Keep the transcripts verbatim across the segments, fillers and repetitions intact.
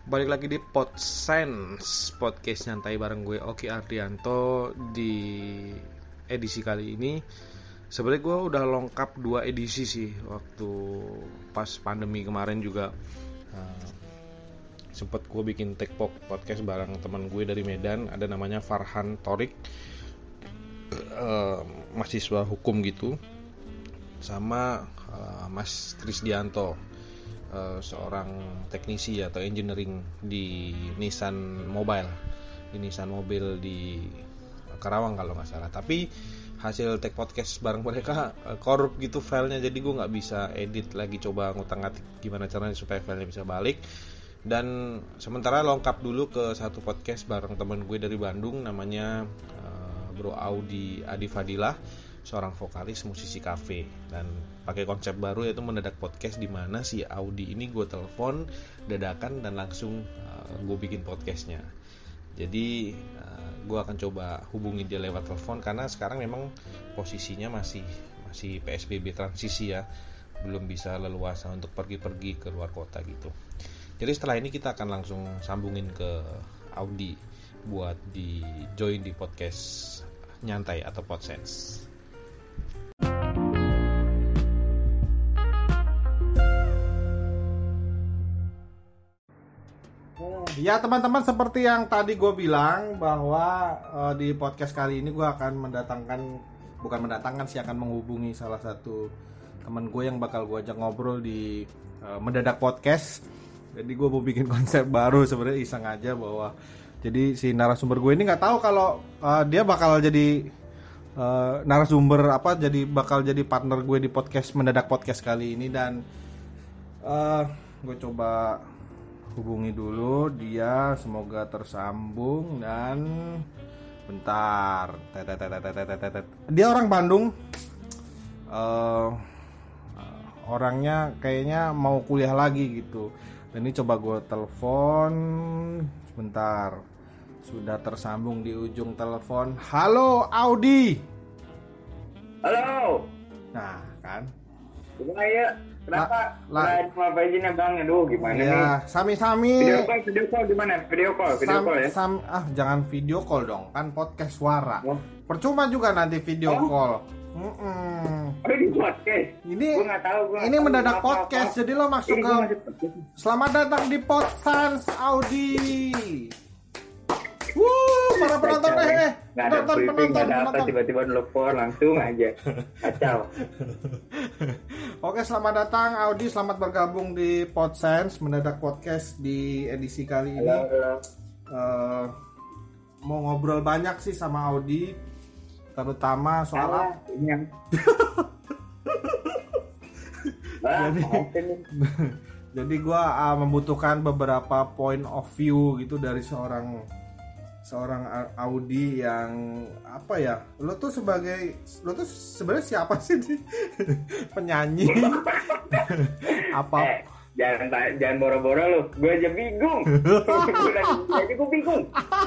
Balik lagi di Podsense, podcast nyantai bareng gue Oki Ardianto. Di edisi kali ini sebenarnya gue udah lengkap dua edisi sih. Waktu pas pandemi kemarin juga uh, sempet gue bikin Tekpok podcast bareng teman gue dari Medan, ada namanya Farhan Torik, uh, mahasiswa hukum gitu, sama uh, Mas Krisdianto, Uh, seorang teknisi atau engineering di Nissan Mobile, di Nissan Mobil di Karawang kalau nggak salah. Tapi hasil take podcast bareng mereka uh, korup gitu filenya, jadi gue nggak bisa edit lagi, coba ngutang-ngatik gimana caranya supaya filenya bisa balik. Dan sementara lengkap dulu ke satu podcast bareng teman gue dari Bandung, namanya uh, Bro Audi Adi Fadilah, seorang vokalis musisi kafe, dan pakai konsep baru yaitu mendadak podcast, di mana si Audi ini gue telepon dadakan dan langsung uh, gue bikin podcastnya. Jadi uh, gue akan coba hubungi dia lewat telepon karena sekarang memang posisinya masih masih P S B B transisi ya, belum bisa leluasa untuk pergi-pergi ke luar kota gitu. Jadi setelah ini kita akan langsung sambungin ke Audi buat di join di podcast nyantai atau Podsense. Ya teman-teman, seperti yang tadi gue bilang bahwa uh, di podcast kali ini gue akan mendatangkan, bukan mendatangkan sih, akan menghubungi salah satu teman gue yang bakal gue ajak ngobrol di uh, mendadak podcast. Jadi gue mau bikin konsep baru sebenarnya, iseng aja bahwa jadi si narasumber gue ini nggak tahu kalau uh, dia bakal jadi uh, narasumber apa, jadi bakal jadi partner gue di podcast mendadak podcast kali ini. Dan uh, gue coba hubungi dulu dia, semoga tersambung. Dan bentar, dia orang Bandung, uh, orangnya kayaknya mau kuliah lagi gitu. Dan ini coba gue telepon, sebentar, sudah tersambung di ujung telepon. Halo Audi. Halo. Nah kan, Gimana ya? Kenapa? La, Lah, apa izinnya bang? Aduh, gimana ya, nih? sami-sami. Video call, video call gimana? Video call, video Sam, call ya? sam, ah jangan video call dong, kan podcast suara. Oh. Percuma juga nanti video Oh. call. Mm-mm. Oh, ini podcast. Ini Gua nggak tahu, gua ini nggak tahu mendadak apa-apa. podcast, jadi lo masuk Ini ke. gua masih podcast. Selamat datang di Podsense Audi. Wuh, para penonton eh, eh. Nggak ada penonton, briefing, penonton, nggak ada apa, penonton. tiba-tiba nelfon langsung aja. Kacau. Oke, selamat datang Audi, selamat bergabung di Podsense mendadak podcast di edisi kali ini. Halo, halo. Uh, mau ngobrol banyak sih sama Audi, terutama soal Salah, ini yang. Wah, Jadi- apa nih? jadi gue uh, membutuhkan beberapa point of view gitu dari seorang seorang A- Audi yang apa ya? Lo tuh sebagai lo tuh sebenarnya siapa sih? Penyanyi apa? Eh, jangan jangan boro-boro lu. Gue aja bingung. Gue aja gue bingung.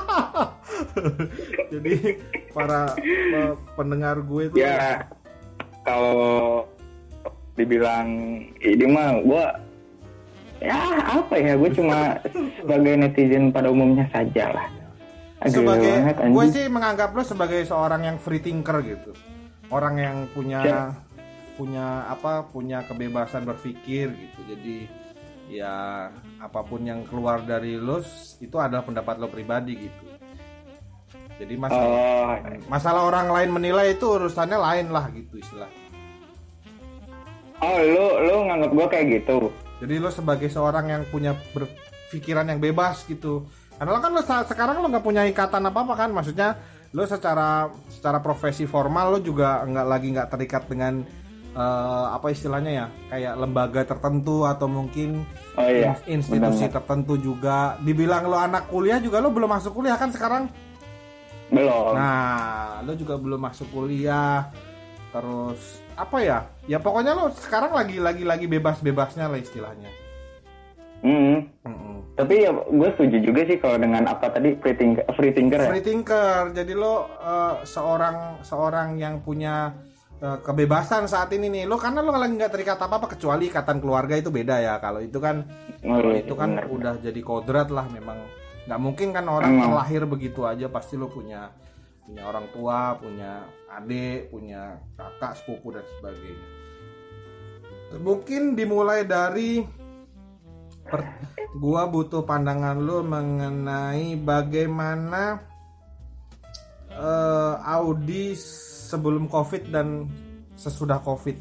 Jadi para uh, pendengar gue tuh Ya, kalau dibilang ini mah gue ya apa ya, gue cuma sebagai netizen pada umumnya saja lah. Aduh, sebagai banget, gue anjing. sih menganggap lo sebagai seorang yang free thinker gitu, orang yang punya Ya. punya apa punya kebebasan berpikir gitu. Jadi ya apapun yang keluar dari lo itu adalah pendapat lo pribadi gitu. Jadi masalah Oh, masalah orang lain menilai itu urusannya lain lah gitu istilah. oh lu lu nganggap gue kayak gitu. Jadi lo sebagai seorang yang punya berpikiran yang bebas gitu. Karena lo kan lo sa- sekarang lo nggak punya ikatan apa-apa kan, maksudnya lo secara secara profesi formal lo juga nggak lagi nggak terikat dengan uh, apa istilahnya ya, kayak lembaga tertentu atau mungkin Oh iya, in- institusi benar. tertentu juga. Dibilang lo anak kuliah juga lo belum masuk kuliah kan sekarang. Belum. Nah, lo juga belum masuk kuliah. Terus apa ya? Ya pokoknya lo sekarang lagi lagi lagi bebas-bebasnya lah istilahnya. Hmm. Mm-mm. Tapi ya gue setuju juga sih kalau dengan apa tadi free thinker, free thinker ya. Free thinker. Jadi lo uh, seorang seorang yang punya uh, kebebasan saat ini nih. Lo karena lo lagi nggak terikat apa apa kecuali ikatan keluarga itu beda ya. Kalau itu kan, Oh, kalau iya, itu kan bener. udah jadi kodrat lah memang. Nggak mungkin kan orang Emang. terlahir begitu aja. Pasti lo punya punya orang tua, punya adik, punya kakak, sepupu dan sebagainya. Mungkin dimulai dari per, gua butuh pandangan lo mengenai bagaimana uh, Audi sebelum Covid dan sesudah Covid.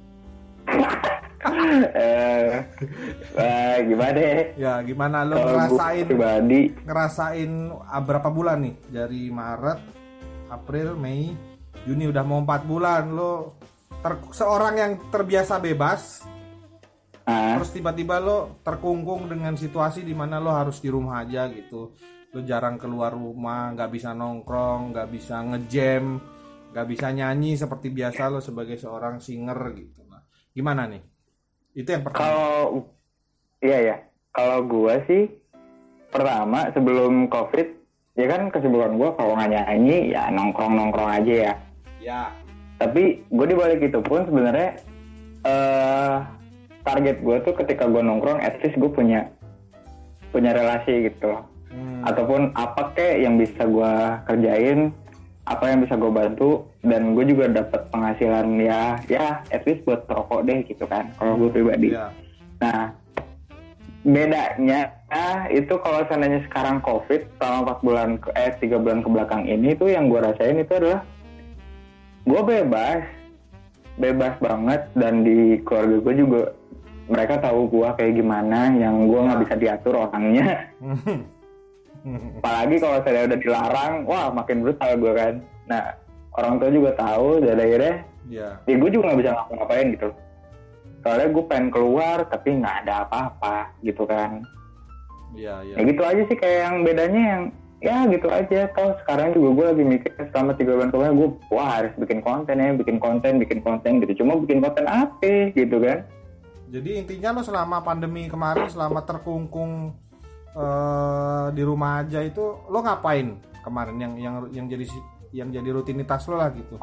eh eh, gimana ya? Ya, gimana lo Kalau gua ngerasain pribadi, ngerasain ah, berapa bulan nih? Dari Maret, April, Mei, Juni udah mau empat bulan lo ter- seorang yang terbiasa bebas. ah, Terus tiba-tiba lo terkungkung dengan situasi di mana lo harus di rumah aja gitu. Lo jarang keluar rumah, nggak bisa nongkrong, nggak bisa ngejam, nggak bisa nyanyi seperti biasa lo sebagai seorang singer gitu. Nah, gimana nih? Itu yang pertama. kalau iya ya, kalau gua sih pertama sebelum COVID, ya kan kesibukan gua kalau nggak nyanyi ya nongkrong-nongkrong aja ya. Ya. Tapi gue di balik itu pun sebenarnya eh target gue tuh ketika gue nongkrong, at least gue punya punya relasi gitu loh. Hmm. Ataupun apa kek yang bisa gue kerjain, apa yang bisa gue bantu, dan gue juga dapat penghasilan ya ya at least buat rokok deh gitu kan kalau gue pribadi. Ya. Nah, bedanya ah, itu kalau seandainya sekarang COVID selama empat bulan ke- eh tiga bulan ke belakang ini tuh yang gue rasain itu adalah gue bebas bebas banget, dan di keluarga gue juga mereka tahu gue kayak gimana, yang gue nggak bisa diatur orangnya. Apalagi kalau saya udah dilarang, wah makin brutal gue kan. Nah, orang tua juga tahu, dan akhirnya Ya. ya gue juga nggak bisa ngapa-ngapain gitu. Soalnya gue pengen keluar tapi nggak ada apa-apa gitu kan. Ya, ya. Ya gitu aja sih, kayak yang bedanya yang ya gitu aja. Toh sekarang juga gue lagi mikir selama tiga bulan kemarin gue wah harus bikin konten ya, bikin konten, bikin konten gitu. Cuma bikin konten apa gitu kan? Jadi intinya lo selama pandemi kemarin, selama terkungkung eh, di rumah aja itu, lo ngapain kemarin yang yang yang jadi yang jadi rutinitas lo lah gitu?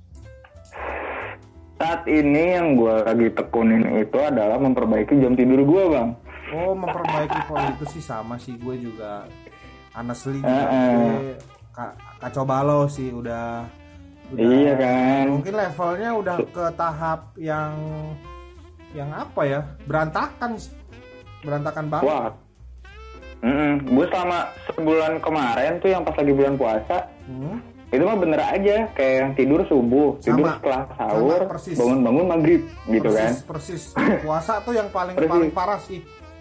Saat ini yang gue lagi tekunin itu adalah memperbaiki jam tidur gue, Bang. Oh, memperbaiki pola itu sih sama sih, gue juga honestly juga Uh-uh. gue ka- kacau balau sih, udah, udah Iya kan? mungkin levelnya udah ke tahap yang yang apa ya, berantakan sih. berantakan banget. Wah, gue selama sebulan kemarin tuh yang pas lagi bulan puasa, Hmm? itu mah bener aja kayak yang tidur subuh, tidur Sama. setelah sahur, Sama, persis. bangun-bangun maghrib gitu kan? Persis, persis. Puasa tuh yang paling Persis. paling parah sih.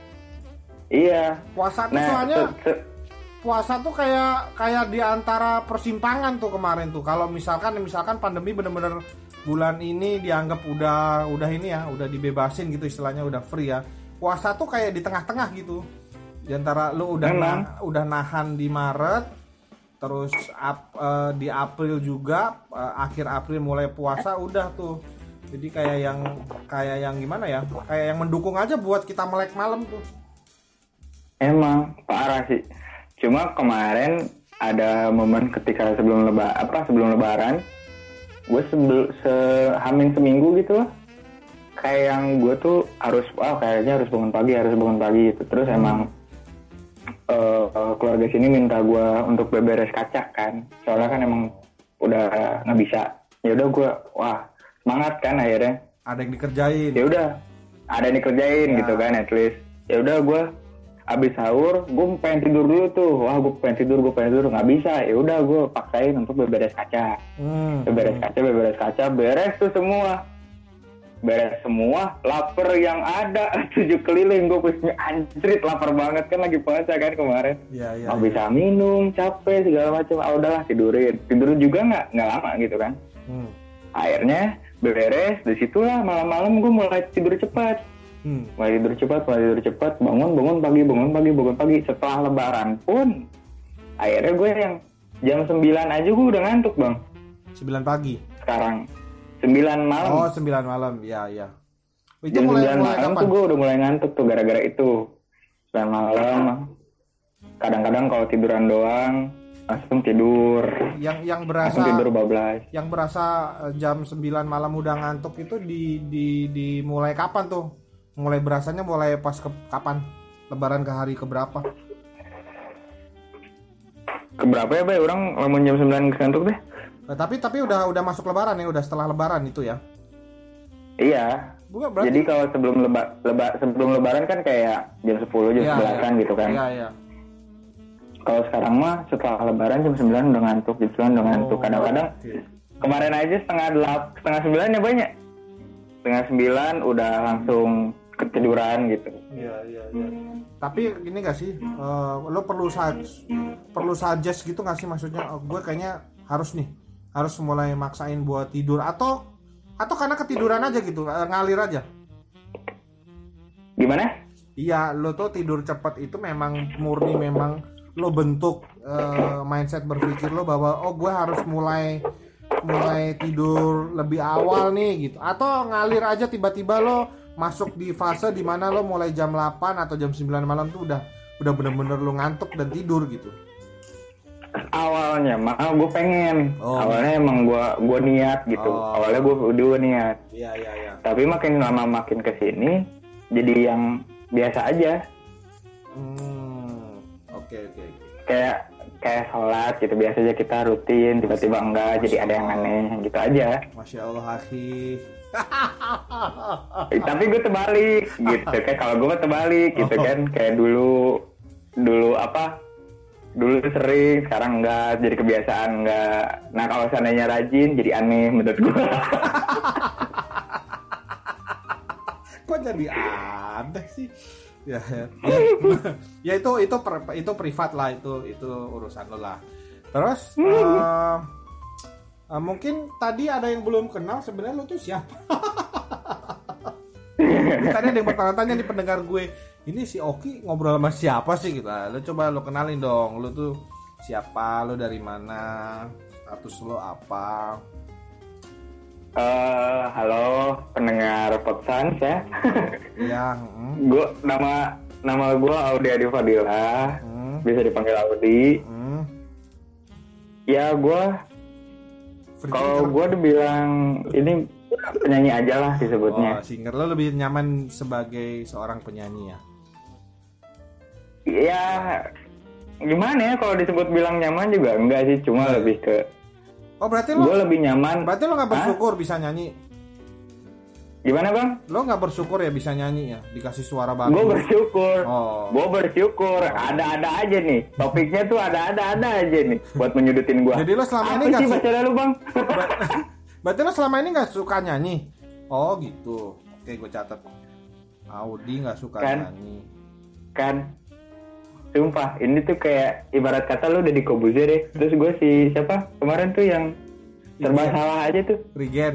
Iya. Puasa tuh Nah, soalnya se- se- puasa tuh kayak kayak di antara persimpangan tuh kemarin tuh. Kalau misalkan misalkan pandemi bener-bener bulan ini dianggap udah udah ini ya, udah dibebasin gitu istilahnya, udah free ya. Puasa tuh kayak di tengah-tengah gitu. Di antara lu udah Memang. nah- udah nahan di Maret, terus ap- eh, di April juga, eh, akhir April mulai puasa udah tuh. Jadi kayak yang kayak yang gimana ya? Kayak yang mendukung aja buat kita melek malam tuh. Emang parah sih. Cuma kemarin ada momen ketika sebelum leba apa sebelum lebaran, gue sebel sehamin seminggu gitu loh. Kayak yang gue tuh harus wah kayaknya harus bangun pagi harus bangun pagi gitu. Terus emang eh, eh, keluarga sini minta gue untuk beberes kaca kan. Soalnya kan emang udah nggak bisa. Ya udah gue wah semangat kan akhirnya. Ada yang dikerjain. Ya udah ada yang dikerjain Ya. gitu kan at least. Ya udah gue abis sahur gue pengen tidur dulu tuh, wah gue pengen tidur gue pengen tidur nggak bisa, ya udah gue paksain untuk beberes kaca, Hmm. beberes kaca beberes kaca beres tuh semua, beres semua, lapar yang ada tujuh keliling, gue punya anjrit lapar banget kan lagi puasa kan kemarin, Iya, iya. nggak bisa minum, capek segala macam, ah udahlah tidurin, tidur juga nggak nggak lama gitu kan, Hmm. akhirnya beres, disitulah malam-malam gue mulai tidur cepat. Hmm. Mulai tidur cepat, mulai tidur cepat, bangun, bangun pagi, bangun pagi, bangun pagi. Setelah lebaran pun, akhirnya gue yang jam sembilan aja gue udah ngantuk, Bang. sembilan pagi. Sekarang, sembilan malam. Oh, sembilan malam. Iya, iya. Itu jam mulai sembilan mulai malam kapan? tuh gue udah mulai ngantuk tuh gara-gara itu. sembilan malam. Kadang-kadang kalau tiduran doang, langsung tidur. Yang yang berasa langsung tidur bablas. Yang berasa eh, jam sembilan malam udah ngantuk itu di di di mulai kapan tuh? Mulai berasanya mulai pas ke kapan? Lebaran ke hari keberapa? Keberapa ya, Bay? Orang lamun jam sembilan ngantuk deh. Nah, tapi tapi udah udah masuk lebaran ya, udah setelah lebaran itu ya. Iya. Bukan berarti. Jadi kalau sebelum leba, leba, sebelum lebaran kan kayak jam sepuluh jam Iya, sebelasan iya. gitu kan. Iya, iya. Kalau sekarang mah setelah lebaran jam sembilan udah ngantuk gitu kan, udah ngantuk. Oh, Kadang-kadang oke. kemarin aja setengah delapan, setengah sembilan ya banyak. Setengah sembilan udah langsung ketiduran gitu. Iya, iya, iya. Tapi gini gak sih, uh, lo perlu saj- perlu suggest gitu gak sih, maksudnya oh, gue kayaknya harus nih, harus mulai maksain buat tidur atau atau karena ketiduran aja gitu, uh, ngalir aja. Gimana? Iya, lo tuh tidur cepat itu memang murni memang lo bentuk uh, mindset berpikir lo bahwa oh gue harus mulai mulai tidur lebih awal nih gitu, atau ngalir aja tiba-tiba lo masuk di fase dimana lo mulai jam delapan atau jam sembilan malam tuh udah udah bener-bener lo ngantuk dan tidur gitu. Awalnya mah gue pengen, Oh. awalnya emang gue gue niat gitu, Oh. awalnya gue udah niat. Iya iya iya. Tapi makin lama makin kesini jadi yang biasa aja, Hmm, oke oke. oke. kayak kayak sholat gitu biasa aja kita rutin, tiba-tiba enggak, jadi ada yang aneh gitu aja. Masya Allah akhi. Eh, tapi gue terbalik gitu, kayak kalau gue terbalik gitu kan, kayak dulu dulu apa dulu sering, sekarang enggak, jadi kebiasaan enggak. Nah kalau seandainya rajin jadi aneh menurut gue. Kok jadi ada sih? Ya, ya, ya, ya itu itu per, itu privat lah, itu itu urusan lo lah. Terus uh, uh, mungkin tadi ada yang belum kenal sebenarnya lo tuh siapa? Ini tadi ada yang bertanya-tanya di pendengar gue, ini si Oki ngobrol sama siapa sih gitu. Nah, lo coba lo kenalin dong, lo tuh siapa, lo dari mana, status lo apa? Eh, halo pendengar Podsans ya. Ya, hmm, Gue nama nama gue Audi Adi Fadila, hmm, bisa dipanggil Audi. hmm. Ya gue kalau gue dibilang ini penyanyi aja lah disebutnya. Oh, singer, lo lebih nyaman sebagai seorang penyanyi ya? Ya gimana ya kalau disebut bilang nyaman juga enggak sih, cuma Hmm. lebih ke Oh berarti lo, gue lebih nyaman. berarti lo nggak bersyukur bisa nyanyi? Gimana bang? Lo nggak bersyukur ya bisa nyanyi ya, dikasih suara bagus? Gue bersyukur. Oh. Gue bersyukur. Ada-ada aja nih. Topiknya tuh ada-ada-ada aja nih buat menyudutin gue. Jadi lo selama Apa ini sih nggak su- bahasa lu bang? berarti lo selama ini nggak suka nyanyi? Oh gitu. Oke, gue catat. Audi nggak suka Kan. nyanyi. Kan sumpah ini tuh kayak ibarat kata lu udah di Kobuzer deh, terus gue si siapa kemarin tuh yang serba Rigen. salah aja tuh, Rigen.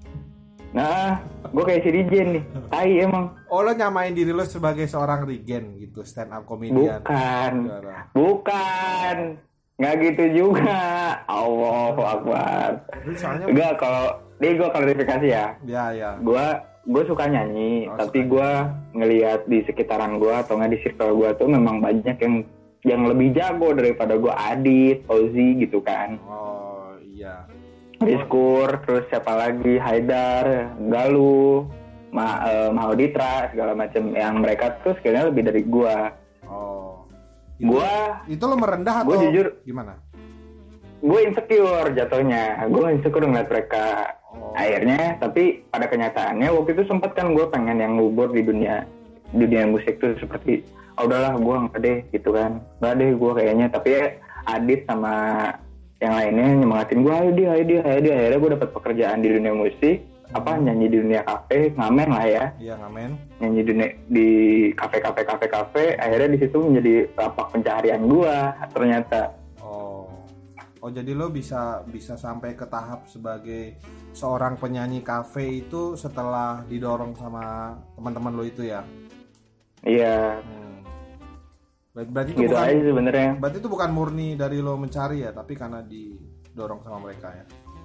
nah gue kayak si Rigen nih, tai emang. Oh lo nyamain diri lo sebagai seorang Rigen gitu, stand up comedian. Bukan Saudara. bukan nggak gitu juga. Allahu Akbar. Jadi soalnya Enggak, kalau ini gue klarifikasi ya, ya ya. gue gue suka nyanyi, Oh, tapi suka gue ngelihat di sekitaran gue atau nggak di circle gue tuh memang banyak yang yang lebih jago daripada gue, Adit, Ozi gitu kan, Oh iya. Rizkur, terus siapa lagi, Haidar, Galuh, Ma, eh, Mahoditra, segala macam, yang mereka tuh skillnya lebih dari gue. Oh. Itu, Gue itu lo merendah gue atau jujur gimana? gue insecure jatuhnya, gue insecure ngeliat mereka. Oh. Akhirnya, tapi pada kenyataannya waktu itu sempat kan gue pengen yang ngubur di dunia di dunia musik tuh seperti, oh udahlah gue nggak deh gitu kan, nggak deh gue kayaknya. Tapi ya, Adit sama yang lainnya nyemangatin gue, ayo dia, ayo dia, ayo dia. Akhirnya gue dapat pekerjaan di dunia musik, apa nyanyi di dunia kafe, ngamen lah ya, Iya ngamen. nyanyi di dunia, di kafe kafe kafe kafe. Akhirnya di situ menjadi lapak pencaharian gue ternyata. Oh. Oh jadi lo bisa bisa sampai ke tahap sebagai seorang penyanyi kafe itu setelah didorong sama teman-teman lo itu ya? Iya, Hmm. Ber- Berarti itu gitu bukan aja sebenarnya. berarti itu bukan murni dari lo mencari ya, tapi karena didorong sama mereka ya.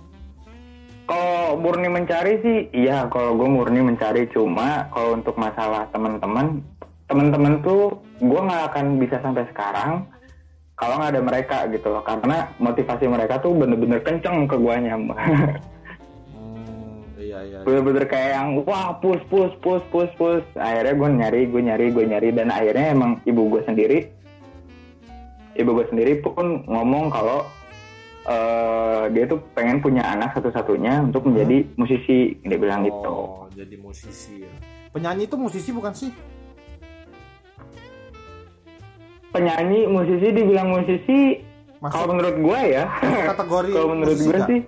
Kalau murni mencari sih, iya. Kalau gue murni mencari, cuma kalau untuk masalah teman-teman, teman-teman tuh gue nggak akan bisa sampai sekarang kalau nggak ada mereka gitu loh, karena motivasi mereka tuh bener-bener kenceng ke guanya. Hmm, iya iya. Bener-bener kayak yang wah push push push push push. Akhirnya gue nyari gue nyari gue nyari dan akhirnya emang ibu gue sendiri, ibu gue sendiri pun ngomong kalau uh, dia tuh pengen punya anak satu-satunya untuk menjadi hmm. musisi. Dia bilang oh, gitu. Oh jadi musisi ya. Penyanyi itu musisi bukan sih? Penyanyi, musisi, dibilang musisi, kalau menurut gue ya, kategori kalau menurut gue sih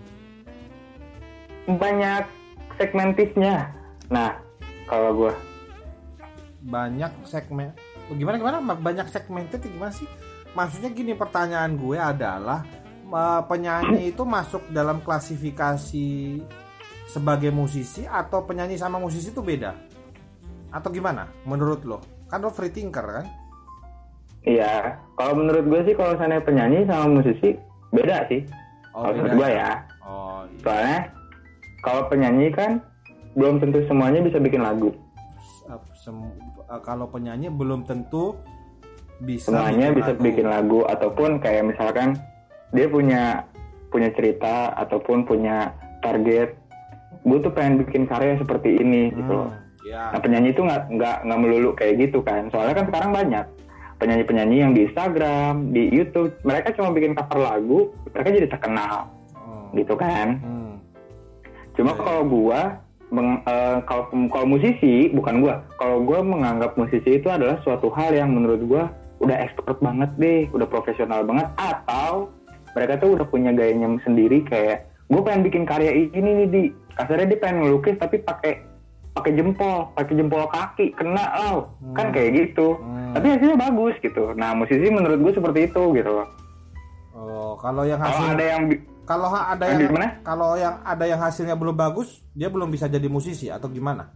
banyak segmentisnya. Nah, kalau gue banyak segmen, gimana gimana? Banyak segmented gimana sih? Maksudnya gini, pertanyaan gue adalah penyanyi itu masuk dalam klasifikasi sebagai musisi atau penyanyi sama musisi itu beda? Atau gimana? Menurut lo? Kan lo free thinker kan? Iya, kalau menurut gue sih kalau sana penyanyi sama musisi beda sih. Oh, kalau menurut gue ya. Oh, iya. Soalnya kalau penyanyi kan belum tentu semuanya bisa bikin lagu. Sem- kalau penyanyi belum tentu bisa semuanya bikin bisa lagu. bikin lagu ataupun kayak misalkan dia punya punya cerita ataupun punya target. Gue tuh pengen bikin karya seperti ini hmm, gitu loh. Ya. Nah penyanyi itu nggak nggak nggak melulu kayak gitu kan. Soalnya kan sekarang banyak penyanyi-penyanyi yang di Instagram, di YouTube, mereka cuma bikin cover lagu, mereka jadi terkenal, hmm. gitu kan. Hmm. Cuma yeah. kalau gua, meng, uh, kalau kalau musisi, bukan gua, kalau gua menganggap musisi itu adalah suatu hal yang menurut gua udah expert banget deh, udah profesional banget, atau mereka tuh udah punya gayanya sendiri kayak, gua pengen bikin karya ini nih di, kasarnya dia pengen ngelukis tapi pakai pakai jempol, pakai jempol kaki, kena loh, hmm. kan kayak gitu. Hmm. Tapi hasilnya bagus gitu. Nah musisi menurut gue seperti itu gitu loh. Oh, kalau yang hasil, kalau ada yang kalau ada yang gimana? Kalau yang ada yang hasilnya belum bagus, dia belum bisa jadi musisi atau gimana?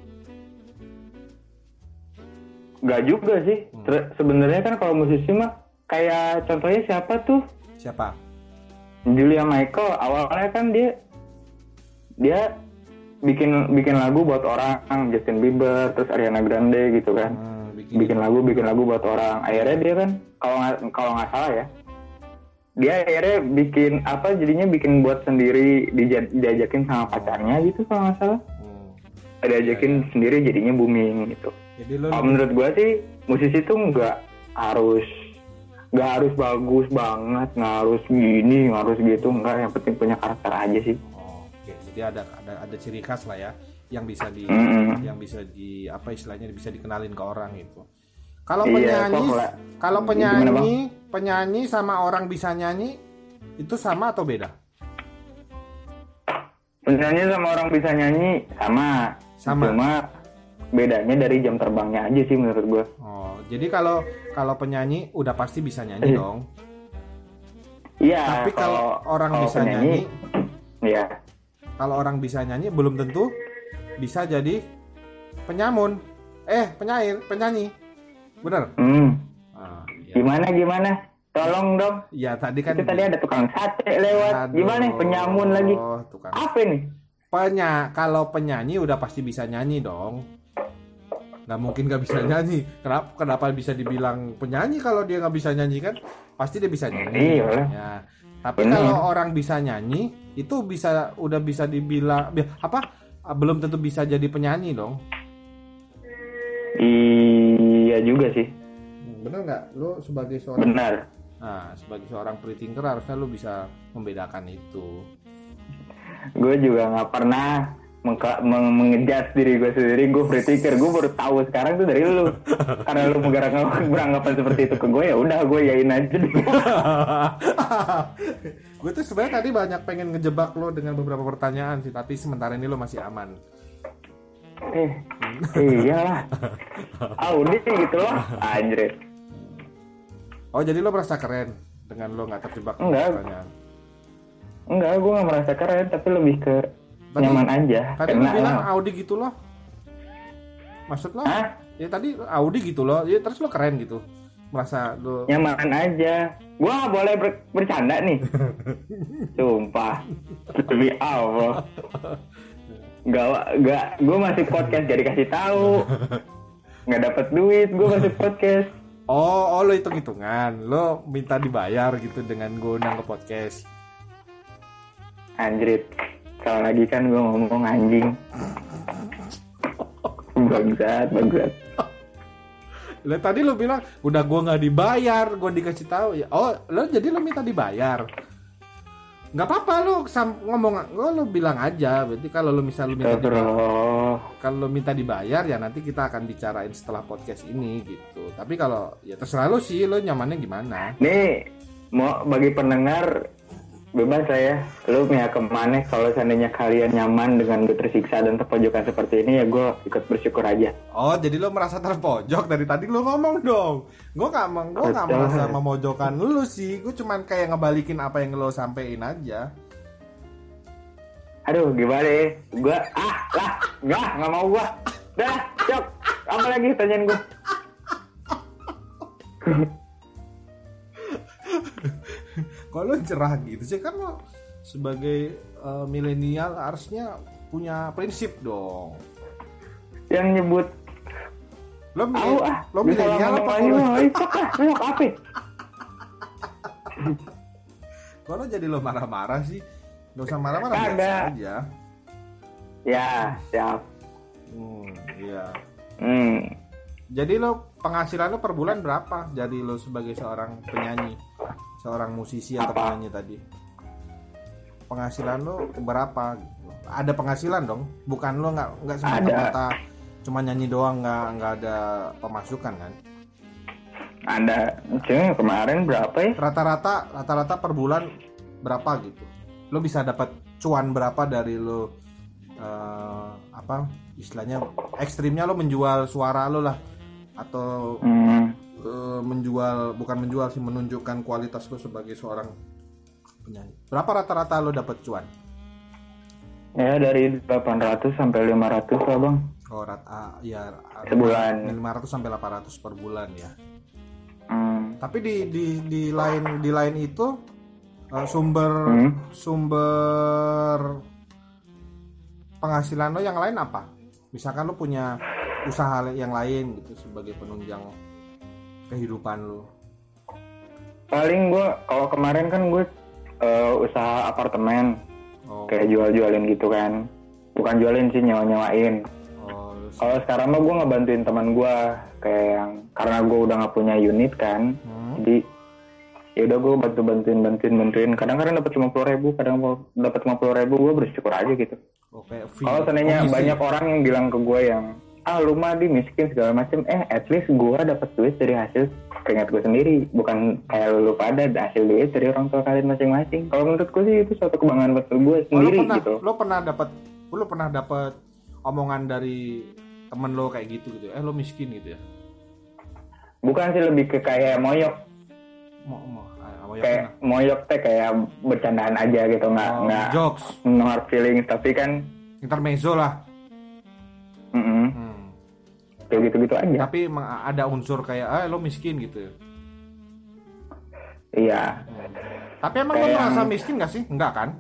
Gak juga sih. Hmm. Sebenarnya kan kalau musisi mah kayak contohnya siapa tuh? Siapa? Julia Michael. Awalnya kan dia dia bikin bikin lagu buat orang, Justin Bieber, terus Ariana Grande gitu kan. Hmm, bikin, bikin lagu bikin lagu buat orang. Akhirnya dia kan kalau nggak kalau nggak salah ya, dia akhirnya bikin apa jadinya bikin buat sendiri, dija- diajakin sama pacarnya gitu kalau nggak salah. Hmm. Diajakin ya, ya. Sendiri jadinya booming gitu. Jadi lo kalau menurut gua sih musisi tuh nggak harus nggak harus bagus banget, nggak harus gini, nggak harus gitu, nggak, yang penting punya karakter aja sih. Jadi ada ada ada ciri khas lah ya yang bisa di mm-hmm. yang bisa di apa istilahnya bisa dikenalin ke orang gitu. Kalau iya, penyanyi kalau penyanyi penyanyi sama orang bisa nyanyi itu sama atau beda? Penyanyi sama orang bisa nyanyi sama. Sama. Cuma bedanya dari jam terbangnya aja sih menurut gue. Oh, jadi kalau kalau penyanyi udah pasti bisa nyanyi dong. Iya. Tapi kalau orang kalau bisa penyanyi, nyanyi, iya. Kalau orang bisa nyanyi belum tentu bisa jadi penyamun. Eh, penyair, penyanyi. Bener? Hmm. Ah, ya. Gimana gimana? Tolong dong. Ya tadi kan. Itu tadi ada tukang sate lewat. Aduh, gimana? Penyamun lagi. Tukang. Apa nih? Penya, kalau penyanyi udah pasti bisa nyanyi dong. Nggak mungkin nggak bisa nyanyi. Kenapa? Kenapa bisa dibilang penyanyi kalau dia nggak bisa nyanyi kan? Pasti dia bisa nyanyi. Iya. Ya. Tapi bener. Kalau orang bisa nyanyi itu bisa udah bisa dibilang apa? Belum tentu bisa jadi penyanyi dong. Iya juga sih. Bener nggak? Lo sebagai seorang. Benar. Nah, sebagai seorang free thinker harusnya lo bisa membedakan itu. Gue juga nggak pernah mengka- meng- mengejat diri gue sendiri. Gue free thinker. Gue baru tahu sekarang tuh dari lu. Karena lu beranggapan seperti itu ke gue, ya udah gue yain aja deh. Gue tuh sebenarnya tadi banyak pengen ngejebak lo dengan beberapa pertanyaan sih, tapi sementara ini lo masih aman. Eh, iyalah. Audi gitu loh, anjir. Oh, jadi lo merasa keren dengan lo nggak terjebak enggak pertanyaan? Enggak, gue nggak merasa keren, tapi lebih ke tadi, nyaman aja. Tadi lo bilang Audi gitu loh. Maksud lo? Hah? Ya tadi Audi gitu loh. Ya terus lo keren gitu. Merasa lo nyaman aja. Gue nggak boleh ber- bercanda nih. Sumpah. Demi Allah. Gak, gak, gue masih podcast gak dikasih tahu, nggak dapat duit, gue masih podcast. Oh, oh lo hitung-hitungan. Lo minta dibayar gitu dengan gue undang ke podcast. Anjrit. Kalau lagi kan gue ngomong anjing. Bangsat, bangsat. Lah tadi lo bilang udah gue nggak dibayar, gue dikasih tahu ya. Oh, lo jadi lo minta dibayar. Nggak apa-apa lo sam- ngomong, lo, lo bilang aja. Berarti kalau lo misal lo minta dibayar, kalau lo minta dibayar ya nanti kita akan bicarain setelah podcast ini gitu. Tapi kalau ya terserah lo sih, lo nyamannya gimana. Nih, mau bagi pendengar bebas saya. Lo pihak kemana kalau seandainya kalian nyaman dengan gue tersiksa dan terpojokan seperti ini ya gue ikut bersyukur aja. Oh, jadi lo merasa terpojok dari tadi lo ngomong dong. Gue gak, gue gak merasa memojokkan lo sih. Gue cuman kayak ngebalikin apa yang lo sampein aja. Aduh, gimana ya? Gue, ah, lah, gak, gak mau gue. Dah, cok. Apa lagi tanyain gue? Kalau lo cerah gitu sih kan lo sebagai uh, milenial harusnya punya prinsip dong. Yang nyebut lo Au, milenial, ah, lo milenial apa lagi? lo? Cok lah, lo apa? Kalau jadi lo marah-marah sih, nggak usah marah-marah, Kagak. biasa aja. Ya, siap. Hmm, iya. Hmm. Jadi lo penghasilan lo per bulan berapa? Jadi lo sebagai seorang penyanyi, seorang musisi atau Apa? penyanyi tadi. Penghasilan lo berapa? Gitu. Ada penghasilan dong, bukan lo nggak nggak semata-mata cuma nyanyi doang, nggak nggak ada pemasukan kan? Ada, cuma kemarin berapa ya? Rata-rata rata-rata per bulan berapa gitu? Lo bisa dapat cuan berapa dari lo uh, apa istilahnya ekstrimnya lo menjual suara lo lah atau Hmm. uh, menjual bukan menjual sih menunjukkan kualitas lo sebagai seorang penyanyi. Berapa rata-rata lo dapat cuan? Ya dari delapan ratus sampai lima ratus lah bang. Oh rata ya Sebulan. lima ratus sampai delapan ratus per bulan ya. Hmm. Tapi di di di lain di lain itu uh, sumber Hmm. sumber penghasilan lo yang lain apa? Misalkan lo punya usaha yang lain gitu sebagai penunjang kehidupan lo. Paling gue kalau kemarin kan gue uh, usaha apartemen Oh, kayak jual-jualin gitu kan. Bukan jualin sih, nyawa-nyawain. oh, lo sih. Kalau sekarang mah gue ngebantuin teman gue kayak yang karena gue udah nggak punya unit kan. Hmm. Jadi ya udah gue bantu bantuin bantuin bantuin. Kadang-kadang dapat lima puluh ribu, kadang dapat lima puluh ribu, gue bersyukur aja gitu. Oke, Kalau seandainya komisi. banyak orang yang bilang ke gue yang ah lu mah di miskin segala macem, eh at least gue dapat duit dari hasil keringat gue sendiri, bukan kayak lu pada hasil duit dari orang tua kalian masing-masing. Kalau menurut gue sih itu suatu kebanggaan buat gue Oh, lo sendiri pernah, gitu. lo pernah dapat lo pernah dapat omongan dari temen lo kayak gitu gitu. Eh lo miskin gitu ya. Bukan sih, lebih ke kayak moyok, Mau mau ah, mau kayak ya moyok teh kayak bercandaan aja gitu, nggak oh, nggak jokes, no hard feelings, tapi kan intermezzo lah. mm-mm, Hmm. kayak gitu-gitu aja. Tapi emang ada unsur kayak ah lo miskin gitu. Iya. Hmm. Tapi emang lo Kayak merasa yang- miskin gak sih? Enggak kan?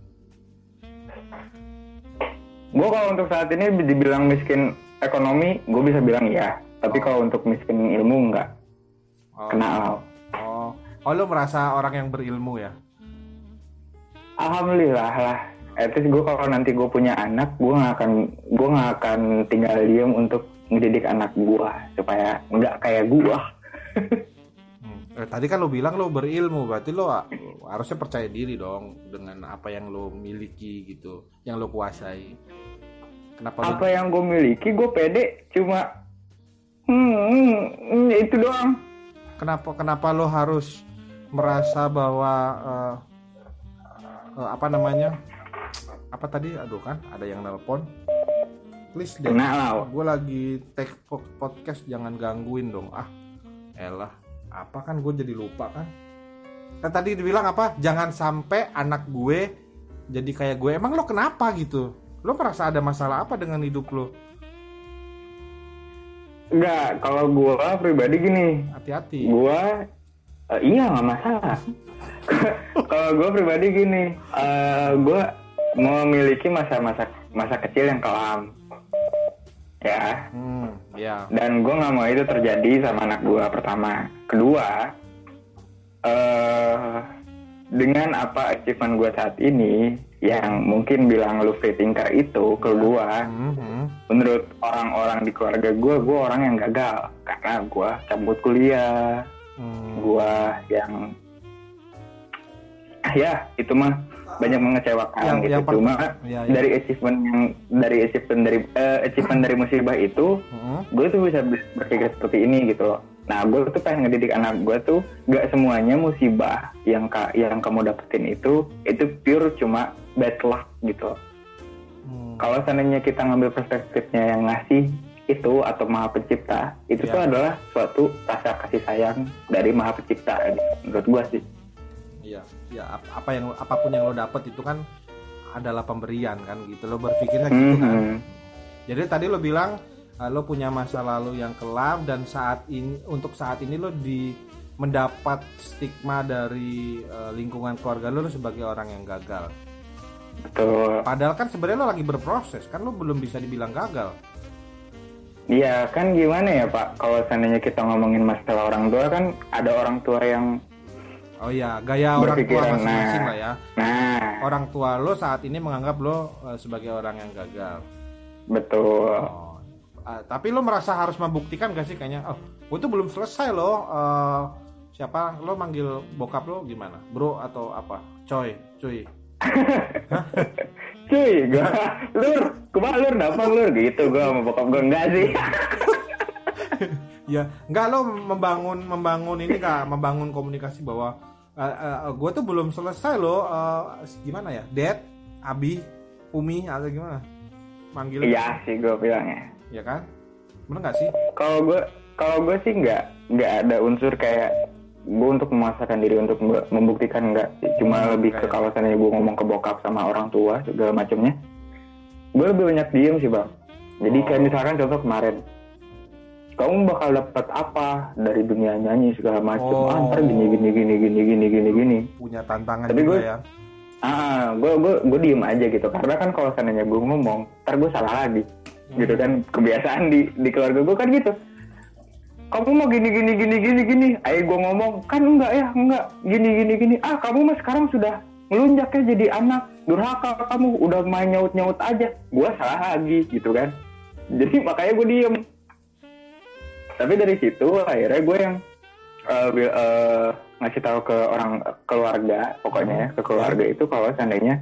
Gue kalau untuk saat ini dibilang miskin ekonomi, gue bisa bilang iya. Tapi Oh. kalau untuk miskin ilmu enggak. Oh. Kena lah. Oh. Oh lo merasa orang yang berilmu ya? Alhamdulillah lah. At least gue kalau nanti gue punya anak, gue nggak akan gue nggak akan tinggal diem untuk mendidik anak gue supaya nggak kayak gue. Hmm. Eh, tadi kan lo bilang lo berilmu, berarti lo ah, harusnya percaya diri dong dengan apa yang lo miliki gitu, yang lo kuasai. Kenapa lo Apa yang gue miliki, gue pede. Cuma hmm, hmm, itu doang. kenapa kenapa lo harus merasa bahwa eh, eh, apa namanya apa tadi aduh kan ada yang nelpon, please deh, Kena lah. gue lagi take po- podcast jangan gangguin dong. Ah elah apa kan gue jadi lupa kan kan tadi dibilang apa jangan sampai anak gue jadi kayak gue. Emang lo kenapa gitu? Lo merasa ada masalah apa dengan hidup lo? Enggak, kalau gue pribadi gini. Hati-hati. Gua uh, iya nggak masalah. Kalau gue pribadi gini, uh, gue memiliki masa-masa masa kecil yang kelam, ya. Hmm, ya. Dan gue nggak mau itu terjadi sama anak gue pertama. Kedua, uh, dengan apa achievement gue saat ini, yang mungkin bilang lu free thinker itu ke gue, mm-hmm. menurut orang-orang di keluarga gue, gue orang yang gagal karena gue cabut kuliah, mm. gue yang ya itu mah banyak mengecewakan yang, gitu. Yang per- Cuma ya, ya. dari achievement yang dari achievement dari uh, achievement dari musibah itu, mm-hmm. gue tuh bisa berpikir seperti ini gitu loh. Nah, gue tuh pengen ngedidik anak gue tuh gak semuanya musibah yang ka- yang kamu dapetin itu itu pure cuma bad luck gitu. Hmm. Kalau seandainya kita ngambil perspektifnya yang ngasih itu atau Maha Pencipta, itu ya. tuh adalah suatu rasa kasih sayang dari Maha Pencipta menurut gue sih. Iya, ya apa yang apapun yang lo dapet itu kan adalah pemberian kan gitu. Lo berpikirnya gitu mm-hmm. kan. Jadi tadi lo bilang lo punya masa lalu yang kelam dan saat ini untuk saat ini lo di mendapat stigma dari uh, lingkungan keluarga lo, lo sebagai orang yang gagal. Betul. Padahal kan sebenarnya lo lagi berproses kan, lo belum bisa dibilang gagal. Iya kan, gimana ya Pak, kalau seandainya kita ngomongin masalah orang tua kan ada orang tua yang oh iya, gaya orang tua masing-masing nah, lah ya. Nah, orang tua lo saat ini menganggap lo uh, sebagai orang yang gagal. Betul. Oh. Uh, tapi lo merasa harus membuktikan gak sih kayaknya, oh gue tuh belum selesai lo, uh, siapa lo manggil bokap lo gimana, bro atau apa, coy, cuy, cuy, gue, lur, kemana lur, dapat lur, gitu gue sama bokap gue enggak sih. Ya, enggak lo membangun membangun ini kak, membangun komunikasi bahwa uh, uh, gue tuh belum selesai lo, uh, gimana ya, dad, abi, umi atau gimana, manggil? Iya sih gue bilangnya. Ya kan, bener nggak sih? Kalau gue, kalau gue sih nggak, nggak ada unsur kayak gue untuk memaksakan diri untuk membuktikan, nggak. Cuma hmm, lebih ke kalau seandainya gue ngomong ke bokap sama orang tua segala macamnya, gue lebih banyak diem sih bang. Jadi oh. kayak misalkan contoh kemarin, kamu bakal dapat apa dari dunia nyanyi segala macam? Oh. Ah, ntar gini gini gini gini gini gini gini. Punya tantangan tapi juga gue, ya. Ah, gue gue gue diem aja gitu. Karena kan kalau seandainya gue ngomong, ntar gue salah lagi. Gitu kan, kebiasaan di di keluarga gue kan gitu. Kamu mau gini gini gini gini gini, ayo gue ngomong kan enggak ya enggak gini gini gini. Ah kamu mah sekarang sudah melunjak ya jadi anak durhaka, kamu udah main nyaut nyaut aja. Gue salah lagi gitu kan. Jadi makanya gue diem. Tapi dari situ akhirnya gue yang uh, uh, ngasih tahu ke orang keluarga, pokoknya ke keluarga itu kalau seandainya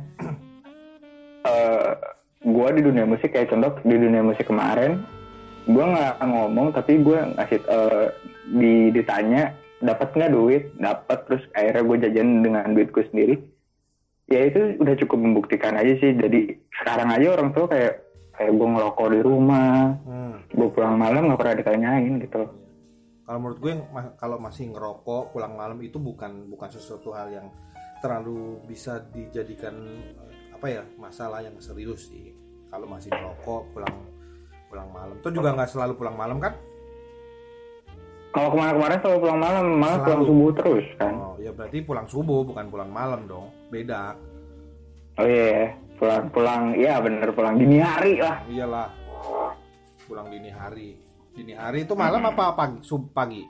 uh, gue di dunia musik kayak contoh di dunia musik kemarin gue nggak ngomong tapi gue ngasih uh, di ditanya dapat nggak duit, dapat, terus akhirnya gue jajan dengan duitku sendiri, ya itu udah cukup membuktikan aja sih. Jadi sekarang aja orang tua kayak kayak gue ngerokok di rumah, hmm. gue pulang malam nggak pernah ditanyain gitu. Kalau menurut gue kalau masih ngerokok pulang malam itu bukan bukan sesuatu hal yang terlalu bisa dijadikan apa ya masalah yang serius sih. Kalau masih ngerokok pulang pulang malam, itu juga nggak selalu pulang malam kan? Kalau kemarin-kemarin selalu pulang malam, malah selalu. Pulang subuh terus kan? Oh ya berarti pulang subuh bukan pulang malam dong, beda. Oh iya, pulang pulang, iya bener pulang dini hari lah. Iyalah, pulang dini hari. Dini hari itu malam hmm. apa pagi? Sub pagi.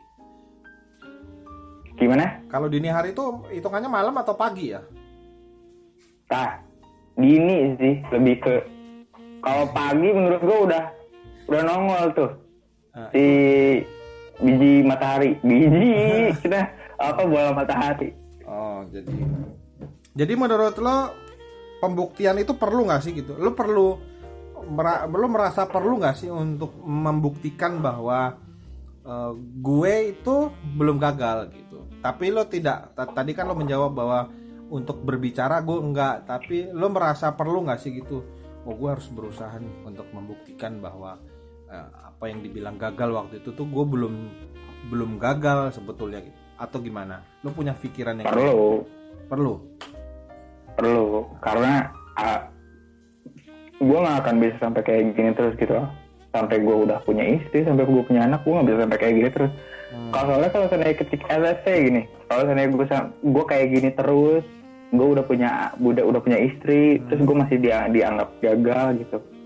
Gimana? Kalau dini hari itu hitungannya malam atau pagi ya? Nah, dini sih lebih ke. Kalau pagi menurut gue udah udah nongol tuh nah, si biji matahari, biji kita apa bola matahari. Oh jadi jadi menurut lo pembuktian itu perlu nggak sih gitu? Lo perlu mera, lo merasa perlu nggak sih untuk membuktikan bahwa uh, gue itu belum gagal gitu? Tapi lo tidak. Tadi kan lo menjawab bahwa untuk berbicara gue enggak, tapi lo merasa perlu nggak sih gitu? Oh gue harus berusaha nih untuk membuktikan bahwa eh, apa yang dibilang gagal waktu itu tuh gue belum belum gagal sebetulnya gitu. Atau gimana? Lo punya pikiran yang perlu perlu perlu karena uh, gue nggak akan bisa sampai kayak gini terus gitu. Sampai gue udah punya istri, sampai gue punya anak, gue nggak bisa sampai kayak gini terus. Hmm. Kalau soalnya kalau saya ketika L S C gini, kalau saya gue gue kayak gini terus, gue udah punya udah udah punya istri, hmm. terus gue masih dia, dianggap gagal gitu.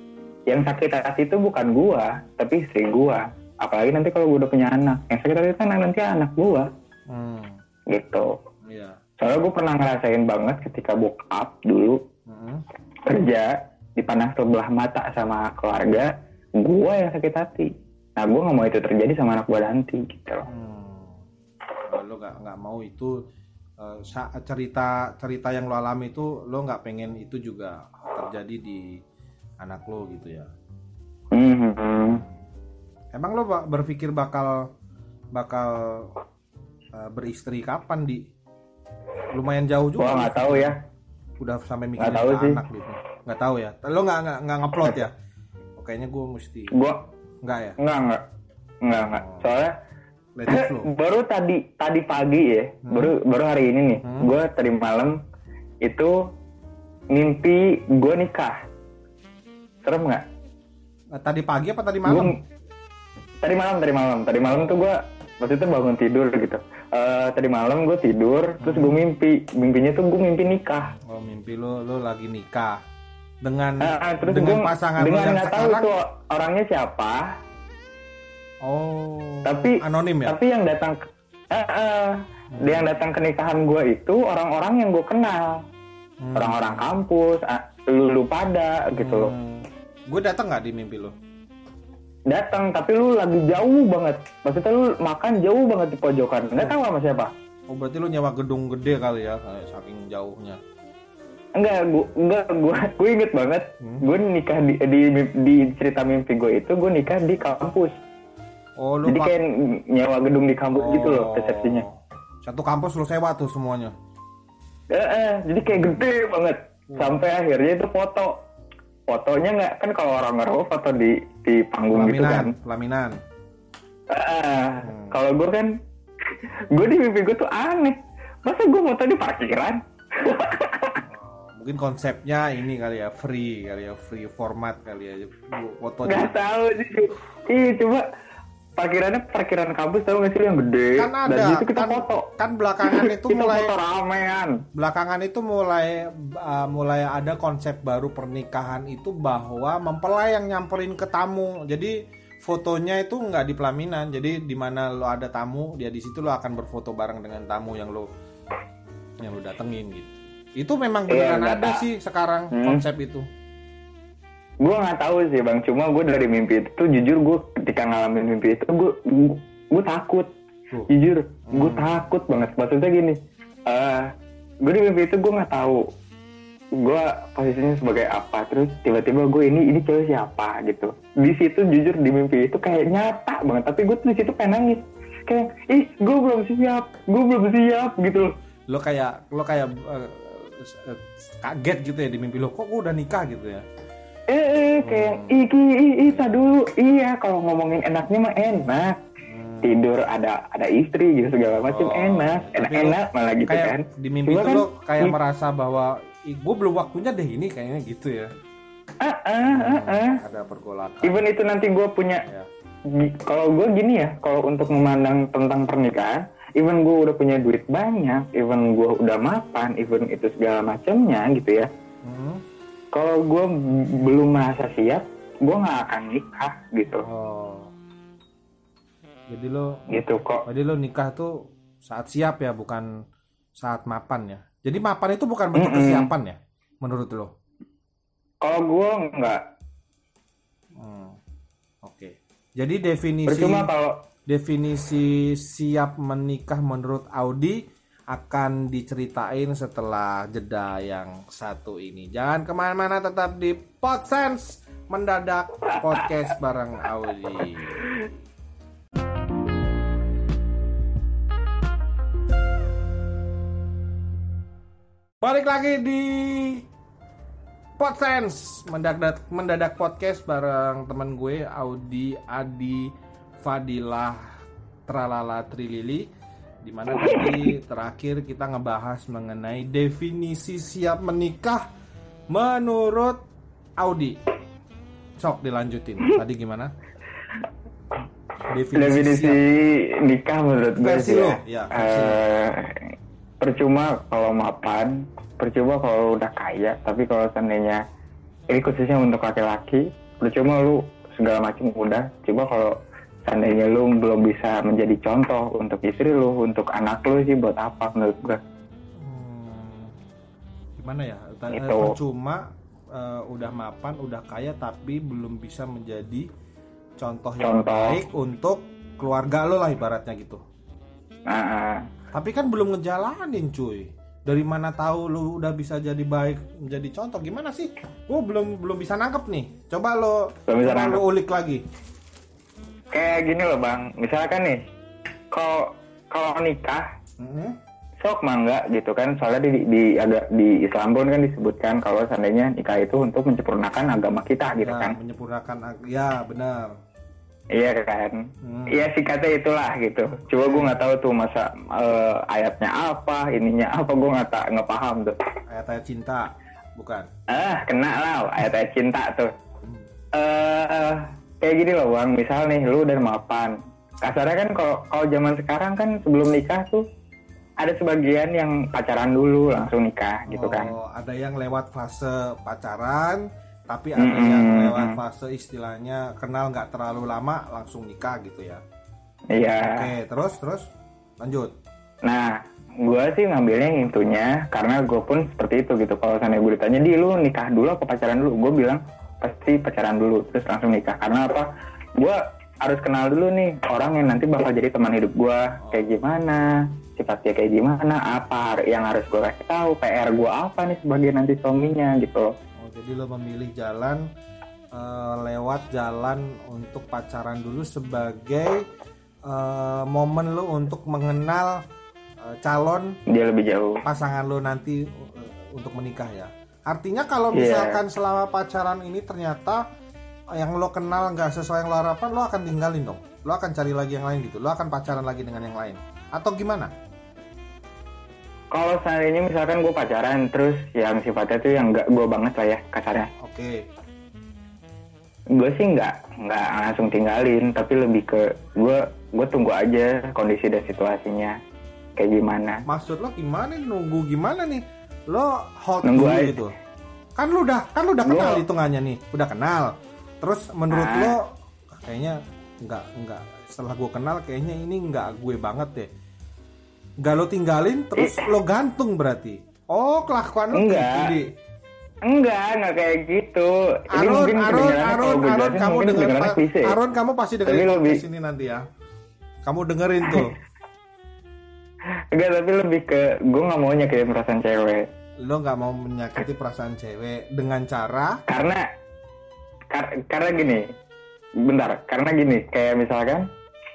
yang sakit hati itu bukan gua, tapi istri gua. Apalagi nanti kalau gua udah punya anak, yang sakit hati kan nanti anak gua. Hmm. Gitu. Iya. Soalnya gua pernah ngerasain banget ketika bokap dulu hmm. kerja dipandang sebelah mata sama keluarga, gua yang sakit hati. Nah, gua nggak mau itu terjadi sama anak gua nanti, gitu loh. Hmm. Lo nggak nggak mau itu uh, cerita cerita yang lo alami itu, lo nggak pengen itu juga terjadi di anak lo gitu ya. Mm-hmm. Emang lo berpikir bakal bakal uh, beristri kapan di? Lumayan jauh juga. Gua nggak tahu ya. Udah sampai mikirin ke anak gitu. Nggak tahu ya. Lo nggak nggak nggak ngupload ya? Oh, kayaknya gue mesti. Gua nggak ya? Nggak nggak nggak nggak. Oh. Soalnya baru tadi tadi pagi ya, hmm. baru baru hari ini nih. Hmm. Gue tadi malam itu mimpi gue nikah. Serem nggak? Tadi pagi apa tadi malam? Gua, tadi malam, tadi malam, tadi malam tuh gue waktu itu bangun tidur gitu. Uh, tadi malam gue tidur, hmm. terus gue mimpi, mimpinya tuh gue mimpi nikah. Oh, mimpi lo lo lagi nikah dengan uh, uh, dengan gua, pasangan dengan lo yang nggak sekarang? tahu tuh orangnya siapa. Oh. Tapi anonim ya? Tapi yang datang, uh, uh, hmm. yang datang ke nikahan gue itu orang-orang yang gue kenal, hmm. orang-orang kampus, uh, lu lu pada gitu hmm. loh. Gue datang nggak di mimpi lo? Datang, tapi lu lagi jauh banget. Maksudnya lu makan jauh banget di pojokan. Nggak tahu sama siapa. Oh, berarti lu nyewa gedung gede kali ya, kayak saking jauhnya. Enggak, gua enggak gua gue inget banget. Hmm? Gue nikah di, di di cerita mimpi gue itu gue nikah di kampus. Oh, lu jadi pak- kayak nyewa gedung di kampus oh, gitu loh persepsinya. Satu kampus lu sewa tuh semuanya. Eh, eh jadi kayak gede banget. Hmm. Sampai akhirnya itu foto. Fotonya nggak kan kalau orang ngeroh foto di di panggung pelaminan, gitu kan pelaminan. Uh, hmm. Kalau gue kan gue di mimpi gue tuh aneh, masa gue foto di parkiran? Oh, mungkin konsepnya ini kali ya, free kali ya, free format kali ya foto. Nggak tahu sih. Ih coba parkirannya parkiran kampus tahu nggak sih yang gede? Kan ada. Dan itu kita kan, foto. Kan belakangan itu mulai foto ramean. Belakangan itu mulai uh, mulai ada konsep baru pernikahan itu bahwa mempelai yang nyamperin ke tamu. Jadi fotonya itu nggak di pelaminan. Jadi di mana lo ada tamu, dia di situ lo akan berfoto bareng dengan tamu yang lo yang lo datengin gitu. Itu memang beneran eh, ada sih sekarang hmm. konsep itu. Gue nggak tahu sih bang, cuma gue dari mimpi itu tuh jujur gue ketika ngalamin mimpi itu gue gue takut, uh. jujur hmm. gue takut banget. Maksudnya gini, uh, gue di mimpi itu gue nggak tahu gue posisinya sebagai apa, terus tiba-tiba gue ini ini cewek siapa gitu. Di situ jujur di mimpi itu kayak nyata banget, tapi gue tuh di situ pengen nangis, kayak ih gue belum siap, gue belum siap gitu loh. Lo kayak lo kayak uh, uh, kaget gitu ya di mimpi lo, kok gue udah nikah gitu ya. Eh, eh kayak iki iki iki dulu. Iya, kalau ngomongin enaknya mah enak. Hmm. Tidur ada ada istri gitu segala macam oh, enak. Enak-enak malah gitu kan. Di mimpi itu kan, lo kayak i- merasa bahwa gue belum waktunya deh ini kayaknya gitu ya. Ah, ah, ah, ah. Ada pergolakan. Even itu nanti gue punya ya. Kalau gue gini ya, kalau untuk memandang tentang pernikahan, even gue udah punya duit banyak, even gue udah mapan, even itu segala macamnya gitu ya. Hmm. Kalau gue belum merasa siap, gue nggak akan nikah gitu. Oh. Jadi lo, gitu kok. Jadi lo nikah tuh saat siap ya, bukan saat mapan ya. Jadi mapan itu bukan bentuk Mm-mm. kesiapan ya, menurut lo? Kalau gue nggak. Hmm. Oke. Okay. Jadi definisi Percuma kalau definisi siap menikah menurut Audi akan diceritain setelah jeda yang satu ini. Jangan kemana-mana, tetap di Podsense Mendadak Podcast bareng Audi. Balik lagi di Podsense Mendadak Mendadak Podcast bareng teman gue Audi, Adi, Fadilah, Tralala, Trilili. Dimana tadi terakhir kita ngebahas mengenai definisi siap menikah menurut Audi. Sok dilanjutin. Tadi gimana? Definisi, definisi nikah menurut gue ya. ya uh, percuma kalau mapan, percuma kalau udah kaya, tapi kalau seandainya ini khususnya untuk laki-laki, percuma lu segala macam udah. Coba kalau seandainya lu belum bisa menjadi contoh untuk istri lu, untuk anak lu sih buat apa menurut gua? Hmm, gimana ya? Itu. Percuma uh, udah mapan, udah kaya tapi belum bisa menjadi contoh yang Contoh. baik untuk keluarga lo lah ibaratnya gitu. Nah, Tapi kan belum ngejalanin cuy. Dari mana tahu lu udah bisa jadi baik, menjadi contoh? Gimana sih? Gue belum belum bisa nangkep nih. Coba lo, Belum bisa coba nangkep. lo ulik lagi. kayak gini loh bang, misalkan nih, kalau kalau nikah, Mm-hmm. sok mangga gitu kan, soalnya di, di agak di Islam pun kan disebutkan kalau seandainya nikah itu untuk menyempurnakan agama kita gitu Ya, kan. menyempurnakan, ag- ya benar. Iya kan, Hmm. iya singkatnya itulah gitu. Coba gue nggak tahu tuh masa eh, ayatnya apa, ininya apa, gue nggak tak nggak paham tuh. Ayat-ayat cinta, bukan? Ah kena lah ayat-ayat cinta tuh. Eh kayak gini loh bang, misal nih lu udah mapan. Kasarnya kan kalau kalau zaman sekarang kan sebelum nikah tuh ada sebagian yang pacaran dulu langsung nikah gitu kan. Oh, ada yang lewat fase pacaran, tapi ada Mm-mm. yang lewat fase istilahnya kenal nggak terlalu lama langsung nikah gitu ya. Iya. Oke, terus terus lanjut. Nah, gue sih ngambilnya yang intunya karena gue pun seperti itu gitu. Kalau misalnya gue ditanya, di lu nikah dulu apa pacaran dulu? Gue bilang pasti pacaran dulu terus langsung nikah. Karena apa? Gue harus kenal dulu nih orang yang nanti bakal jadi teman hidup gue kayak gimana, sifatnya kayak gimana, apa yang harus gue kasih tahu, P R gue apa nih sebagai nanti suaminya gitu. Oh, jadi lo memilih jalan eh, lewat jalan untuk pacaran dulu sebagai eh, momen lo untuk mengenal eh, calon Dia lebih jauh. pasangan lo nanti eh, untuk menikah ya. Artinya kalau Iya. misalkan selama pacaran ini ternyata yang lo kenal nggak sesuai yang lo harapkan, lo akan tinggalin dong. Lo akan cari lagi yang lain gitu. Lo akan pacaran lagi dengan yang lain. Atau gimana? Kalau seandainya misalkan gue pacaran terus yang sifatnya tuh yang gak gue banget lah ya kasarnya. Oke. Gue sih nggak nggak langsung tinggalin, tapi lebih ke gue gue tunggu aja kondisi dan situasinya kayak gimana. Maksud lo gimana nih? Nunggu gimana nih? Lo hold Nunggu dulu aja. gitu. Kan lo udah kan lo udah kenal Gua- hitungannya nih. Udah kenal. Terus menurut Ah. lo kayaknya nggak nggak setelah gue kenal kayaknya ini nggak gue banget deh. Nggak lo tinggalin terus lo gantung berarti. Oh, kelakuan lo Enggak. gitu, Di. Enggak, enggak kayak gitu. Ini Aron, mungkin Aron, kedengarannya Aron, kalau gue Aron, jelasin kamu mungkin denger, kedengarannya Pa- klise. Aron, kamu pasti dengerin Tapi lebih- podcast ini nanti ya. Kamu dengerin tuh. Enggak, tapi lebih ke gue nggak mau nyakitin perasaan cewek. Lo nggak mau menyakiti perasaan cewek dengan cara Karena kar- karena gini. Bentar, karena gini, kayak misalkan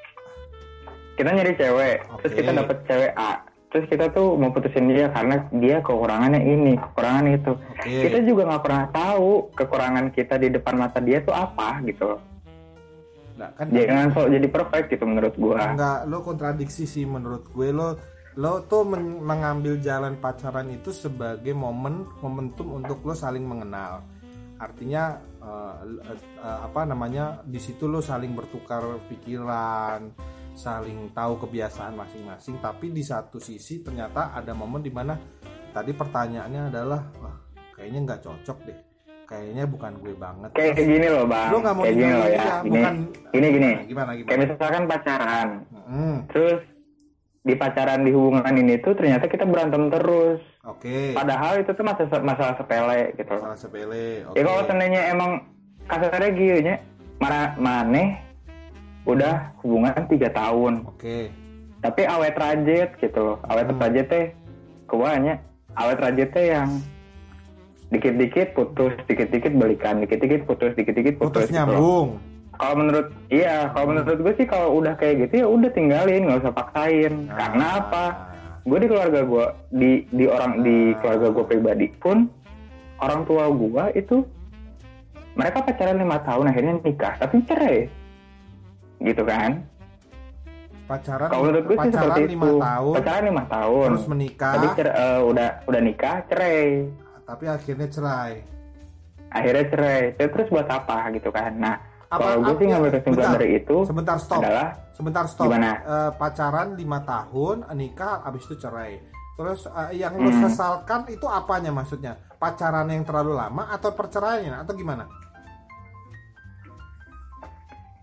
kita nyari cewek, terus Oke. kita dapet cewek A. Terus kita tuh mau putusin dia karena dia kekurangannya ini, kekurangan itu. Oke. Kita juga nggak pernah tahu kekurangan kita di depan mata dia tuh apa gitu. Nah, kan Jangan sok jadi perfect gitu menurut gua. enggak, lo kontradiksi sih menurut gue. Lo lo tuh men- mengambil jalan pacaran itu sebagai momen momentum untuk lo saling mengenal. Artinya eh, eh, apa namanya, di situ lo saling bertukar pikiran, saling tahu kebiasaan masing-masing. Tapi di satu sisi ternyata ada momen dimana tadi pertanyaannya adalah, wah kayaknya nggak cocok deh, kayaknya bukan gue banget. Kayak gini loh bang, Lo nggak mau kayak gini ninggalin loh dia, ya. Gini, bukan gini gini. Nah, gimana gimana? Kayak misalkan pacaran, Hmm, terus di pacaran di hubungan ini tuh ternyata kita berantem terus. oke. Padahal itu tuh masalah masalah sepele gitu. Masalah sepele. Oke. Ya kalau seandainya emang kasarnya gini nya, marah maneh udah hubungan tiga tahun, Oke. tapi awet rajet gitu loh. Awet Hmm. rajet teh kebanyak. Awet rajet teh yang dikit-dikit putus, dikit-dikit balikan, dikit-dikit putus, dikit-dikit putus. Putus gitu loh. nyambung. Kalau menurut iya, kalau menurut gue sih kalau udah kayak gitu ya udah tinggalin, nggak usah paksain. Nah. Karena apa? Gue di keluarga gue, di di orang di keluarga gue pribadi pun orang tua gue itu mereka pacaran lima tahun akhirnya nikah, tapi cerai, gitu kan? Pacaran Kalau menurut gue sih pacaran seperti lima itu. tahun Pacaran lima tahun, terus menikah, tapi cer- eh, udah udah nikah, cerai, tapi akhirnya cerai. akhirnya cerai. Ya, terus buat apa gitu kan? Nah, Apa- kalau gue sih apa- ngambil kesimpulan bentar, dari itu Sebentar stop. adalah Sebentar stop. Gimana? Eh, pacaran lima tahun, nikah, abis itu cerai. Terus eh, yang lo Hmm. sesalkan itu apanya maksudnya? Pacaran yang terlalu lama atau perceraiannya atau gimana?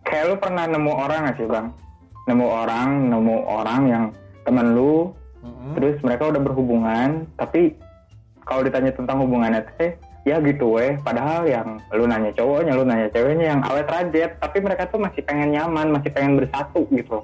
kayak lu pernah nemu orang gak sih bang? Nemu orang, nemu orang yang temen lu, mm-hmm. terus mereka udah berhubungan, tapi kalau ditanya tentang hubungannya teh, ya gitu weh. Padahal yang lu nanya cowoknya, lu nanya ceweknya yang awet rajet, tapi mereka tuh masih pengen nyaman, masih pengen bersatu gitu.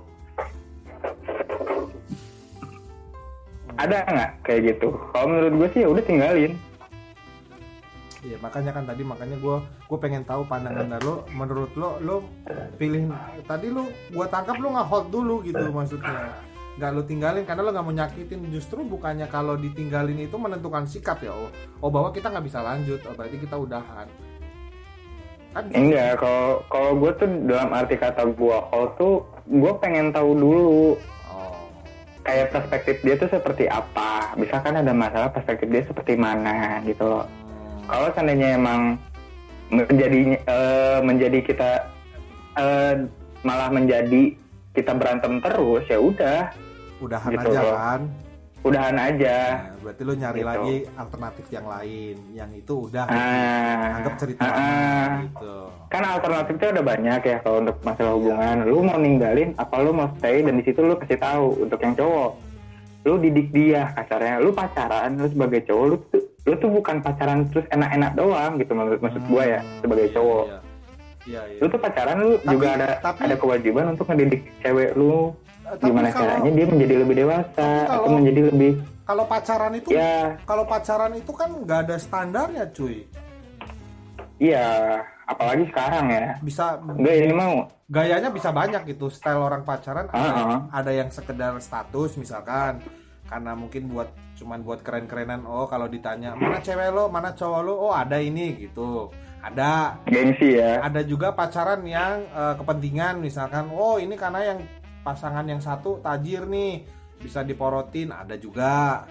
Ada nggak kayak gitu? Kalau menurut gue sih ya udah tinggalin. Iya makanya kan tadi makanya gue gue pengen tahu pandangan dari lo. Menurut lo lo pilih tadi lo gue tangkap lo nggak hold dulu gitu maksudnya, nggak lo tinggalin karena lo nggak mau nyakitin. Justru bukannya kalau ditinggalin itu menentukan sikap ya. Oh, oh bahwa kita nggak bisa lanjut. Oh berarti kita udahan. Kan gitu. Enggak, kalau kalau gue tuh dalam arti kata gue hold tuh gue pengen tahu dulu. Kayak perspektif dia tuh seperti apa. Misalkan ada masalah, perspektif dia seperti mana gitu loh. Hmm. Kalau seandainya emang menjadi uh, menjadi kita uh, malah menjadi kita berantem terus, ya udah. Udahan gitu aja loh. kan. Udahan aja. Nah, berarti lo nyari gitu. Lagi alternatif yang lain. Yang itu udah ah, anggap cerita ah, lama gitu. Kan alternatifnya udah banyak ya kalau untuk masalah hubungan. Lu mau ninggalin apa lu mau stay, dan di situ lu kasih tahu untuk yang cowok. Lu didik dia kasarnya. Lu pacaran, lu sebagai cowok lu tuh lu tuh bukan pacaran terus enak-enak doang gitu maksud maksud gua ya sebagai cowok. Iya, iya. Iya, iya. Lu tuh pacaran lu tapi, juga ada tapi, ada kewajiban untuk ngedidik cewek lu. Tapi gimana kalau, caranya dia menjadi lebih dewasa kalau, atau menjadi lebih kalau pacaran itu ya. Kalau pacaran itu kan nggak ada standarnya cuy. Iya, apalagi sekarang ya. Bisa nggak ini mau gayanya bisa banyak gitu. Style orang pacaran uh-huh. ada, ada yang sekedar status misalkan karena mungkin buat cuman buat keren-kerenan. Oh kalau ditanya mana cewek lo, mana cowok lo, oh ada ini gitu. Ada gengsi ya. Ada juga pacaran yang uh, kepentingan misalkan. Oh ini karena yang pasangan yang satu tajir nih bisa diporotin, ada juga.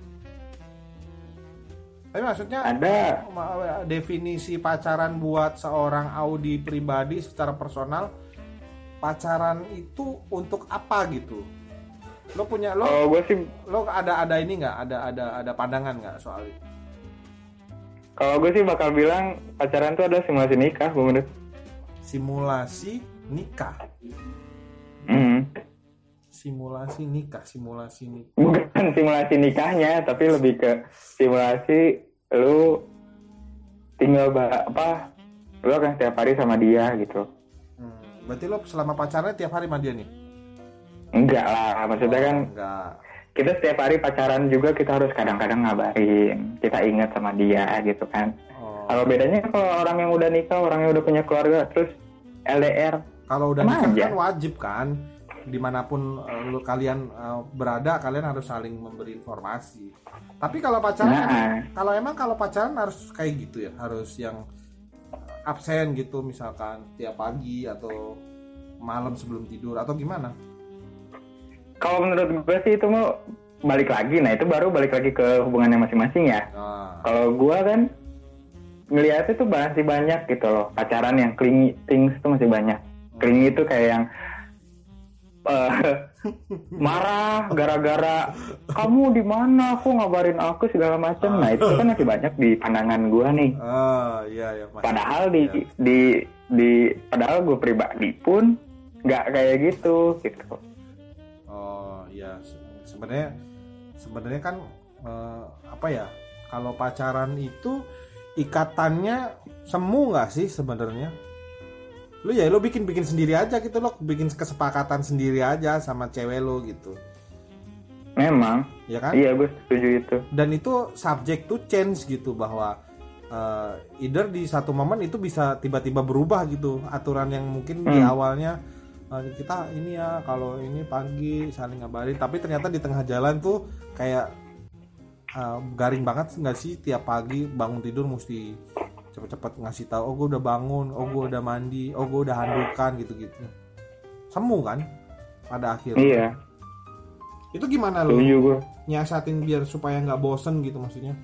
Tapi maksudnya ada definisi pacaran buat seorang Audi pribadi secara personal, pacaran itu untuk apa gitu? Lo punya lo? Oh, gue sih lo ada ada ini nggak? Ada ada ada pandangan nggak soal itu? Kalau gue sih bakal bilang pacaran itu adalah simulasi nikah, Bu Menurut. Simulasi nikah. Hmm. Simulasi nikah, simulasi nikah. Bukan simulasi nikahnya, tapi lebih ke simulasi lu tinggal bah- apa? Lu akan setiap hari sama dia gitu. Hmm. Berarti lo selama pacarannya tiap hari sama dia nih? Enggak lah, maksudnya oh, kan enggak. Kita setiap hari pacaran juga kita harus kadang-kadang ngabarin, kita ingat sama dia gitu kan. Oh. Kalau bedanya kalau orang yang udah nikah, orang yang udah punya keluarga, terus L D R. Kalau udah nikah kan wajib kan, dimanapun uh, lu kalian uh, berada, kalian harus saling memberi informasi. Tapi kalau pacaran, nah. emang, kalau emang kalau pacaran harus kayak gitu ya, harus yang absen gitu, misalkan tiap pagi atau malam sebelum tidur atau gimana? Kalau menurut gue sih itu mau balik lagi, nah itu baru balik lagi ke hubungannya masing-masing ya. Ah. Kalau gue kan ngeliatnya tuh masih banyak gitu loh, pacaran yang clingy things tuh masih banyak. Clingy itu kayak yang uh, marah gara-gara kamu di mana, aku ngabarin aku segala macam. Nah itu kan masih banyak di pandangan gue nih. Oh, iya, iya, padahal di, iya. di di padahal gue pribadi pun nggak kayak gitu gitu. Oh iya, sebenarnya sebenarnya kan uh, apa ya? Kalau pacaran itu ikatannya semu nggak sih sebenarnya? Lu ya lu bikin-bikin sendiri aja gitu loh, bikin kesepakatan sendiri aja sama cewek lu gitu. Memang. Ya kan? Iya, gue setuju itu. Dan itu subject to change gitu, bahwa uh, either di satu momen itu bisa tiba-tiba berubah gitu. Aturan yang mungkin hmm. di awalnya uh, kita ini ya kalau ini pagi saling ngabarin, tapi ternyata di tengah jalan tuh kayak uh, garing banget nggak sih, tiap pagi bangun tidur mesti cepet-cepet ngasih tahu, oh gue udah bangun, oh gue udah mandi, oh gue udah handukan gitu-gitu. Semu kan pada akhirnya. Iya. Itu gimana lo nyiasatin biar supaya nggak bosen gitu maksudnya?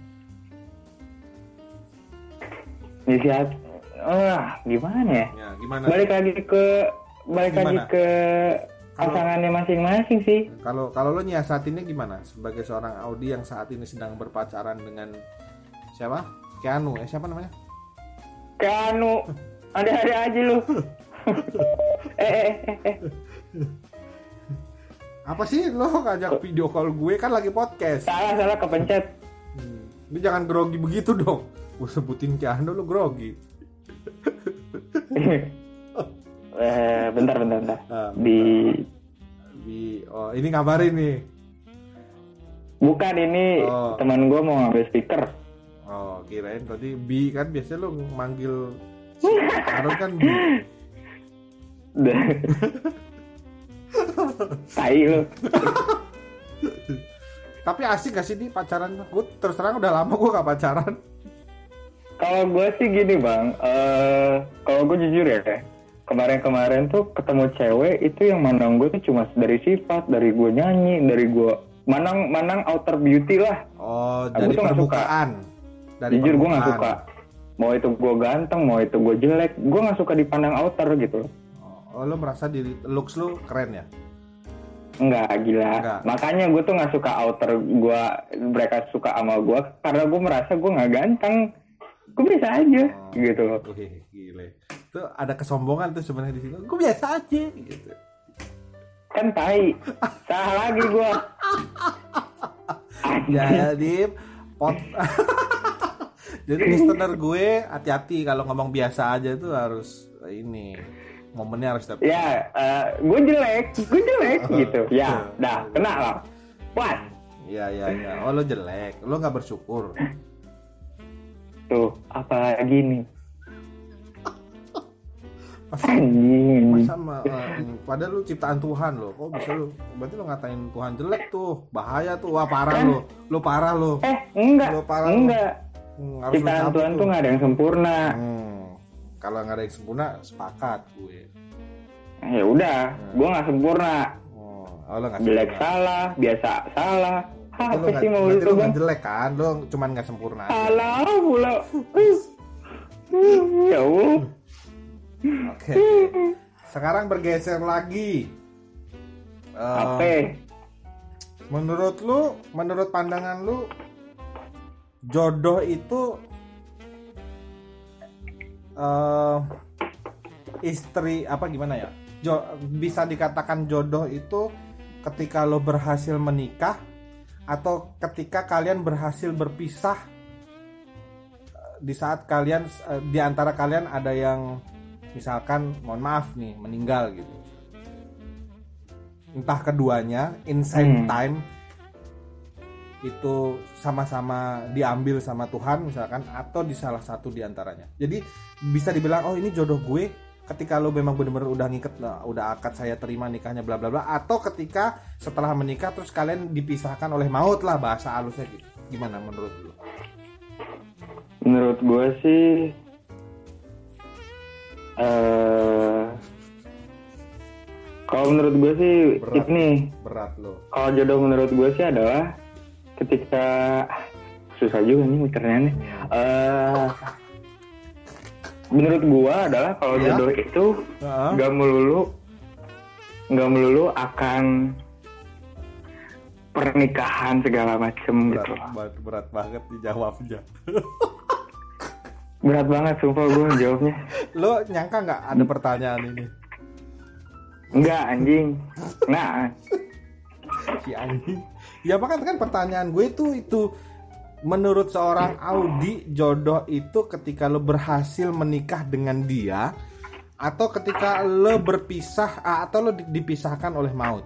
Nyiasat, ah gimana ya? Ya gimana? Balik lagi ke balik gimana? lagi ke pasangannya masing-masing sih. Kalau kalau lo nyiasatinnya gimana? Sebagai seorang Audi yang saat ini sedang berpacaran dengan siapa? Keanu, eh siapa namanya? Keanu, ada-ada aja lu. eh, eh, eh, eh. Apa sih lo ngajak video call gue kan lagi podcast? Salah, salah kepencet. Hmm. Lu jangan grogi begitu dong. Gue sebutin Ciando lu grogi. eh, bentar, bentar, bentar. Ah, Di, di oh ini ngabarin nih. bukan ini Oh. teman gue mau ngambil speaker. Oh, kirain tadi Bi kan biasanya lu manggil Aaron kan Bi. Tai lu. Tapi asik gak sih di pacaran? Gue terus terang udah lama gue gak pacaran. Kalau gue sih gini bang, eh kalau gue jujur ya, kemarin-kemarin tuh ketemu cewek itu yang mandang gue tuh cuma dari sifat, dari gue nyanyi, dari gue manang manang outer beauty lah. Oh, Aku dari tuh nggak permukaan. Dari Jujur gue nggak permukaan. suka. Mau itu gue ganteng, mau itu gue jelek, gue nggak suka dipandang outer gitu. Oh, lo merasa diri looks lo keren ya? Enggak, gila. Enggak. Makanya gue tuh nggak suka outer gue, mereka suka sama gue karena gue merasa gue nggak ganteng. Gue biasa aja, Oh. gitu loh. Wih, gile. Tuh ada kesombongan tuh sebenarnya di situ. Gue biasa aja gitu. Kan tai. Salah lagi gue. Jadi pot jadi listener gue hati-hati kalau ngomong biasa aja tuh harus ini momennya harus dapat. Ya, uh, gue jelek, gue jelek gitu. Ya, dah, kena lah. What? Iya iya iya. Oh lo jelek, lo nggak bersyukur. Tuh, apa lagi nih? Masa, Anjing. masa ma- eh, padahal lu ciptaan Tuhan lo. Kok bisa lu? Berarti lo ngatain Tuhan jelek tuh, bahaya tuh. Wah parah lo, lo parah lo. Eh, enggak, Lo parah lo. enggak. Hmm, harus lu Ciptaan cabut Tuhan tuh nggak ada yang sempurna. Hmm. Kalau nggak ada yang sempurna, sepakat gue. Ya udah, gue nggak sempurna. Oh, oh lo nggak Jelek sempurna. salah, biasa salah. Berarti Apa lo nggak- sih mau berarti itu lo bang? nggak jelek kan? Lo cuman nggak sempurna aja. Salah pula. Ya Allah. Oke. Sekarang bergeser lagi. Eh, Apa? Menurut lu, menurut pandangan lu, jodoh itu eh istri apa gimana ya? Jo, bisa dikatakan jodoh itu ketika lo berhasil menikah atau ketika kalian berhasil berpisah eh, di saat kalian eh, di antara kalian ada yang misalkan mohon maaf nih meninggal gitu. Entah keduanya in same Hmm. time itu sama-sama diambil sama Tuhan misalkan atau di salah satu di antaranya. Jadi bisa dibilang oh ini jodoh gue ketika lo memang benar-benar udah ngikat nah, udah akad saya terima nikahnya bla bla bla atau ketika setelah menikah terus kalian dipisahkan oleh maut lah bahasa halusnya gitu. Gimana menurut lo? Menurut gue sih, eh kalau menurut gue sih Berat. ini, Berat lo. kalau jodoh menurut gue sih adalah ketika susah juga nih muternya nih. Eh, menurut gue adalah kalau Ya. jodoh itu Heeh. nggak melulu nggak melulu akan pernikahan segala macem Berat, gitu. berat, berat banget dijawabnya. Berat banget sumpah gue jawabnya. Lo nyangka nggak ada pertanyaan ini? Enggak anjing. Nah, Si anjing. Ya makanya kan pertanyaan gue itu itu menurut seorang Audi jodoh itu ketika lo berhasil menikah dengan dia atau ketika lo berpisah ah, atau lo di- dipisahkan oleh maut.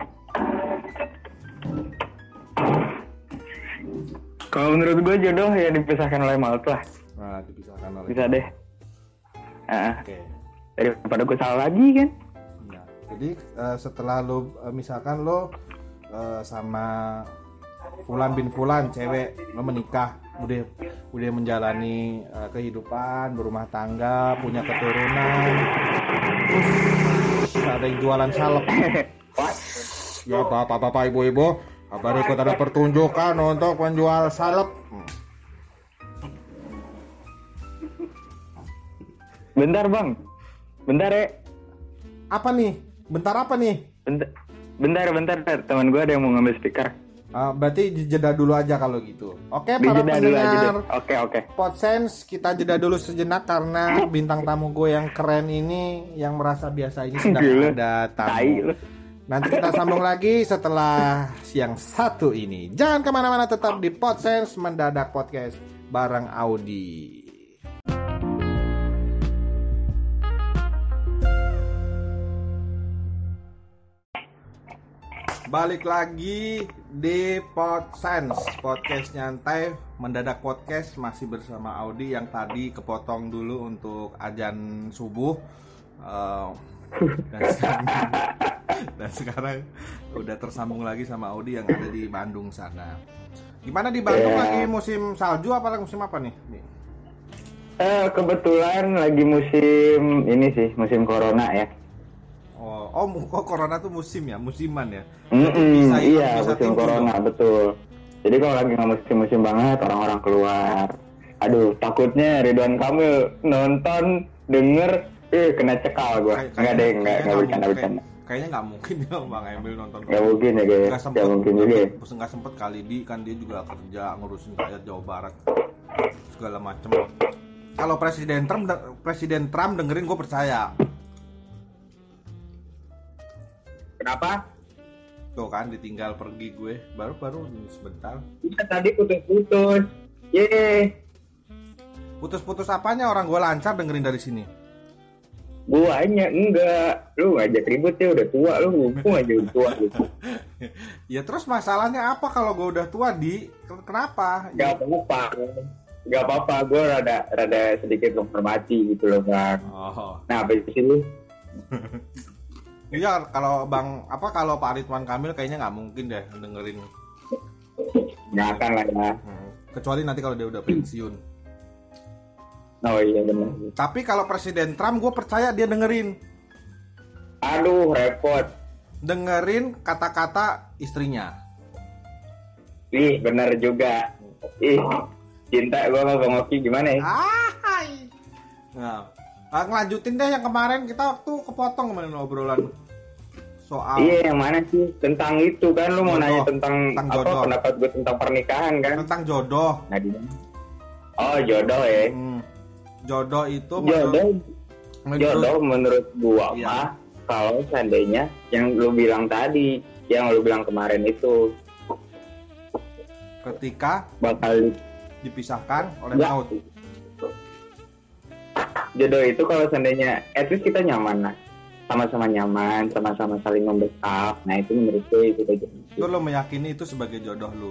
kalau menurut gue jodoh ya dipisahkan oleh maut lah. Nah, dipisahkan oleh. Bisa deh. Nah, Oke. daripada gue salah lagi kan. Ya. Jadi eh, setelah lo eh, misalkan lo eh, sama Fulan bin Fulan cewek lo menikah udah udah menjalani eh, kehidupan berumah tangga punya keturunan terus ada yang jualan salep ya bapak-bapak ibu-ibu kabar ikut ada pertunjukan untuk penjual salep. Bentar bang. Bentar ya. Apa nih bentar apa nih Bentar. Bentar, bentar. bentar. Teman gue ada yang mau ngambil speaker. Uh, berarti jeda dulu aja kalau gitu. Oke, Di para jeda dulu aja deh. pendengar Oke, oke. Podsense, kita jeda dulu sejenak karena bintang tamu gue yang keren ini, yang merasa biasa ini sedang Gila. ada Tai tamu. lu. Nanti kita sambung lagi setelah yang satu ini. Jangan kemana-mana, tetap di Podsense Mendadak Podcast bareng Audi. Balik lagi di Podsense, podcast nyantai mendadak podcast, masih bersama Audi yang tadi kepotong dulu untuk azan subuh. Uh, dan, sekarang, dan sekarang udah tersambung lagi sama Audi yang ada di Bandung sana. Gimana di Bandung, Yeah. lagi musim salju apa lagi musim apa nih? nih? Eh, kebetulan lagi musim ini sih, musim corona ya. Oh, oh, kok corona tuh musim ya, musiman ya? Mm-mm, Bisa hilang, iya, bisa musim tinggi corona, dong. betul. Jadi kalau lagi nggak musim-musim banget, orang-orang keluar. Aduh, takutnya Ridwan Kamil nonton, denger, eh kena cekal gua. Kayak- Nggak deh, kayaknya- nggak nggak kayaknya bercanda nggak bercanda. mungkin. Kayaknya nggak mungkin ya Bang Emil nonton. Nggak mungkin ya guys, Nggak sempet, nggak mungkin juga. ya. nggak- nggak sempet kali di kan dia juga kerja ngurusin rakyat Jawa Barat segala macem. Kalau Presiden Trump, Presiden Trump dengerin gue percaya. Kenapa? Tuh kan ditinggal pergi gue baru-baru sebentar. Iya tadi putus-putus. Yeay. Putus-putus apanya, orang gue lancar dengerin dari sini. Guanya enggak. Lu ngajak ribut ya, udah tua lu, mumpung aja udah tua gitu. Ya terus masalahnya apa kalau gue udah tua di? Kenapa? Gak apa-apa. Gak apa-apa, gue rada rada sedikit menghormati gitu loh bang. Oh. Nah apa sih lu? Iya, kalau Bang apa kalau Pak Ridwan Kamil kayaknya nggak mungkin deh dengerin. Nggak akan lah ya. Hmm. Kecuali nanti kalau dia udah pensiun. Oh iya benar. Tapi kalau Presiden Trump gue percaya dia dengerin. Aduh repot. Dengerin kata-kata istrinya. Ih benar juga. Ih cinta gue sama Bang Oki gimana ya? Hai. Nah, ah, ngelanjutin deh yang kemarin kita waktu kepotong kemarin obrolan soal. Iya yang mana sih tentang itu kan lu mau Jodoh. nanya tentang, Tentang apa jodoh. pendapat gue tentang pernikahan kan? Tentang jodoh. Nah, di mana? Oh jodoh ya. Hmm. Jodoh itu Jodoh menurut, jodoh menurut gua Iya. mah kalau seandainya yang lu bilang tadi, yang lu bilang kemarin itu ketika bakal dipisahkan oleh Enggak. maut. jodoh itu kalau seandainya at least kita nyaman lah, sama-sama nyaman, sama-sama saling membackup. Nah itu menurut gue itu udah jodoh. Itu lo meyakini itu sebagai jodoh lo.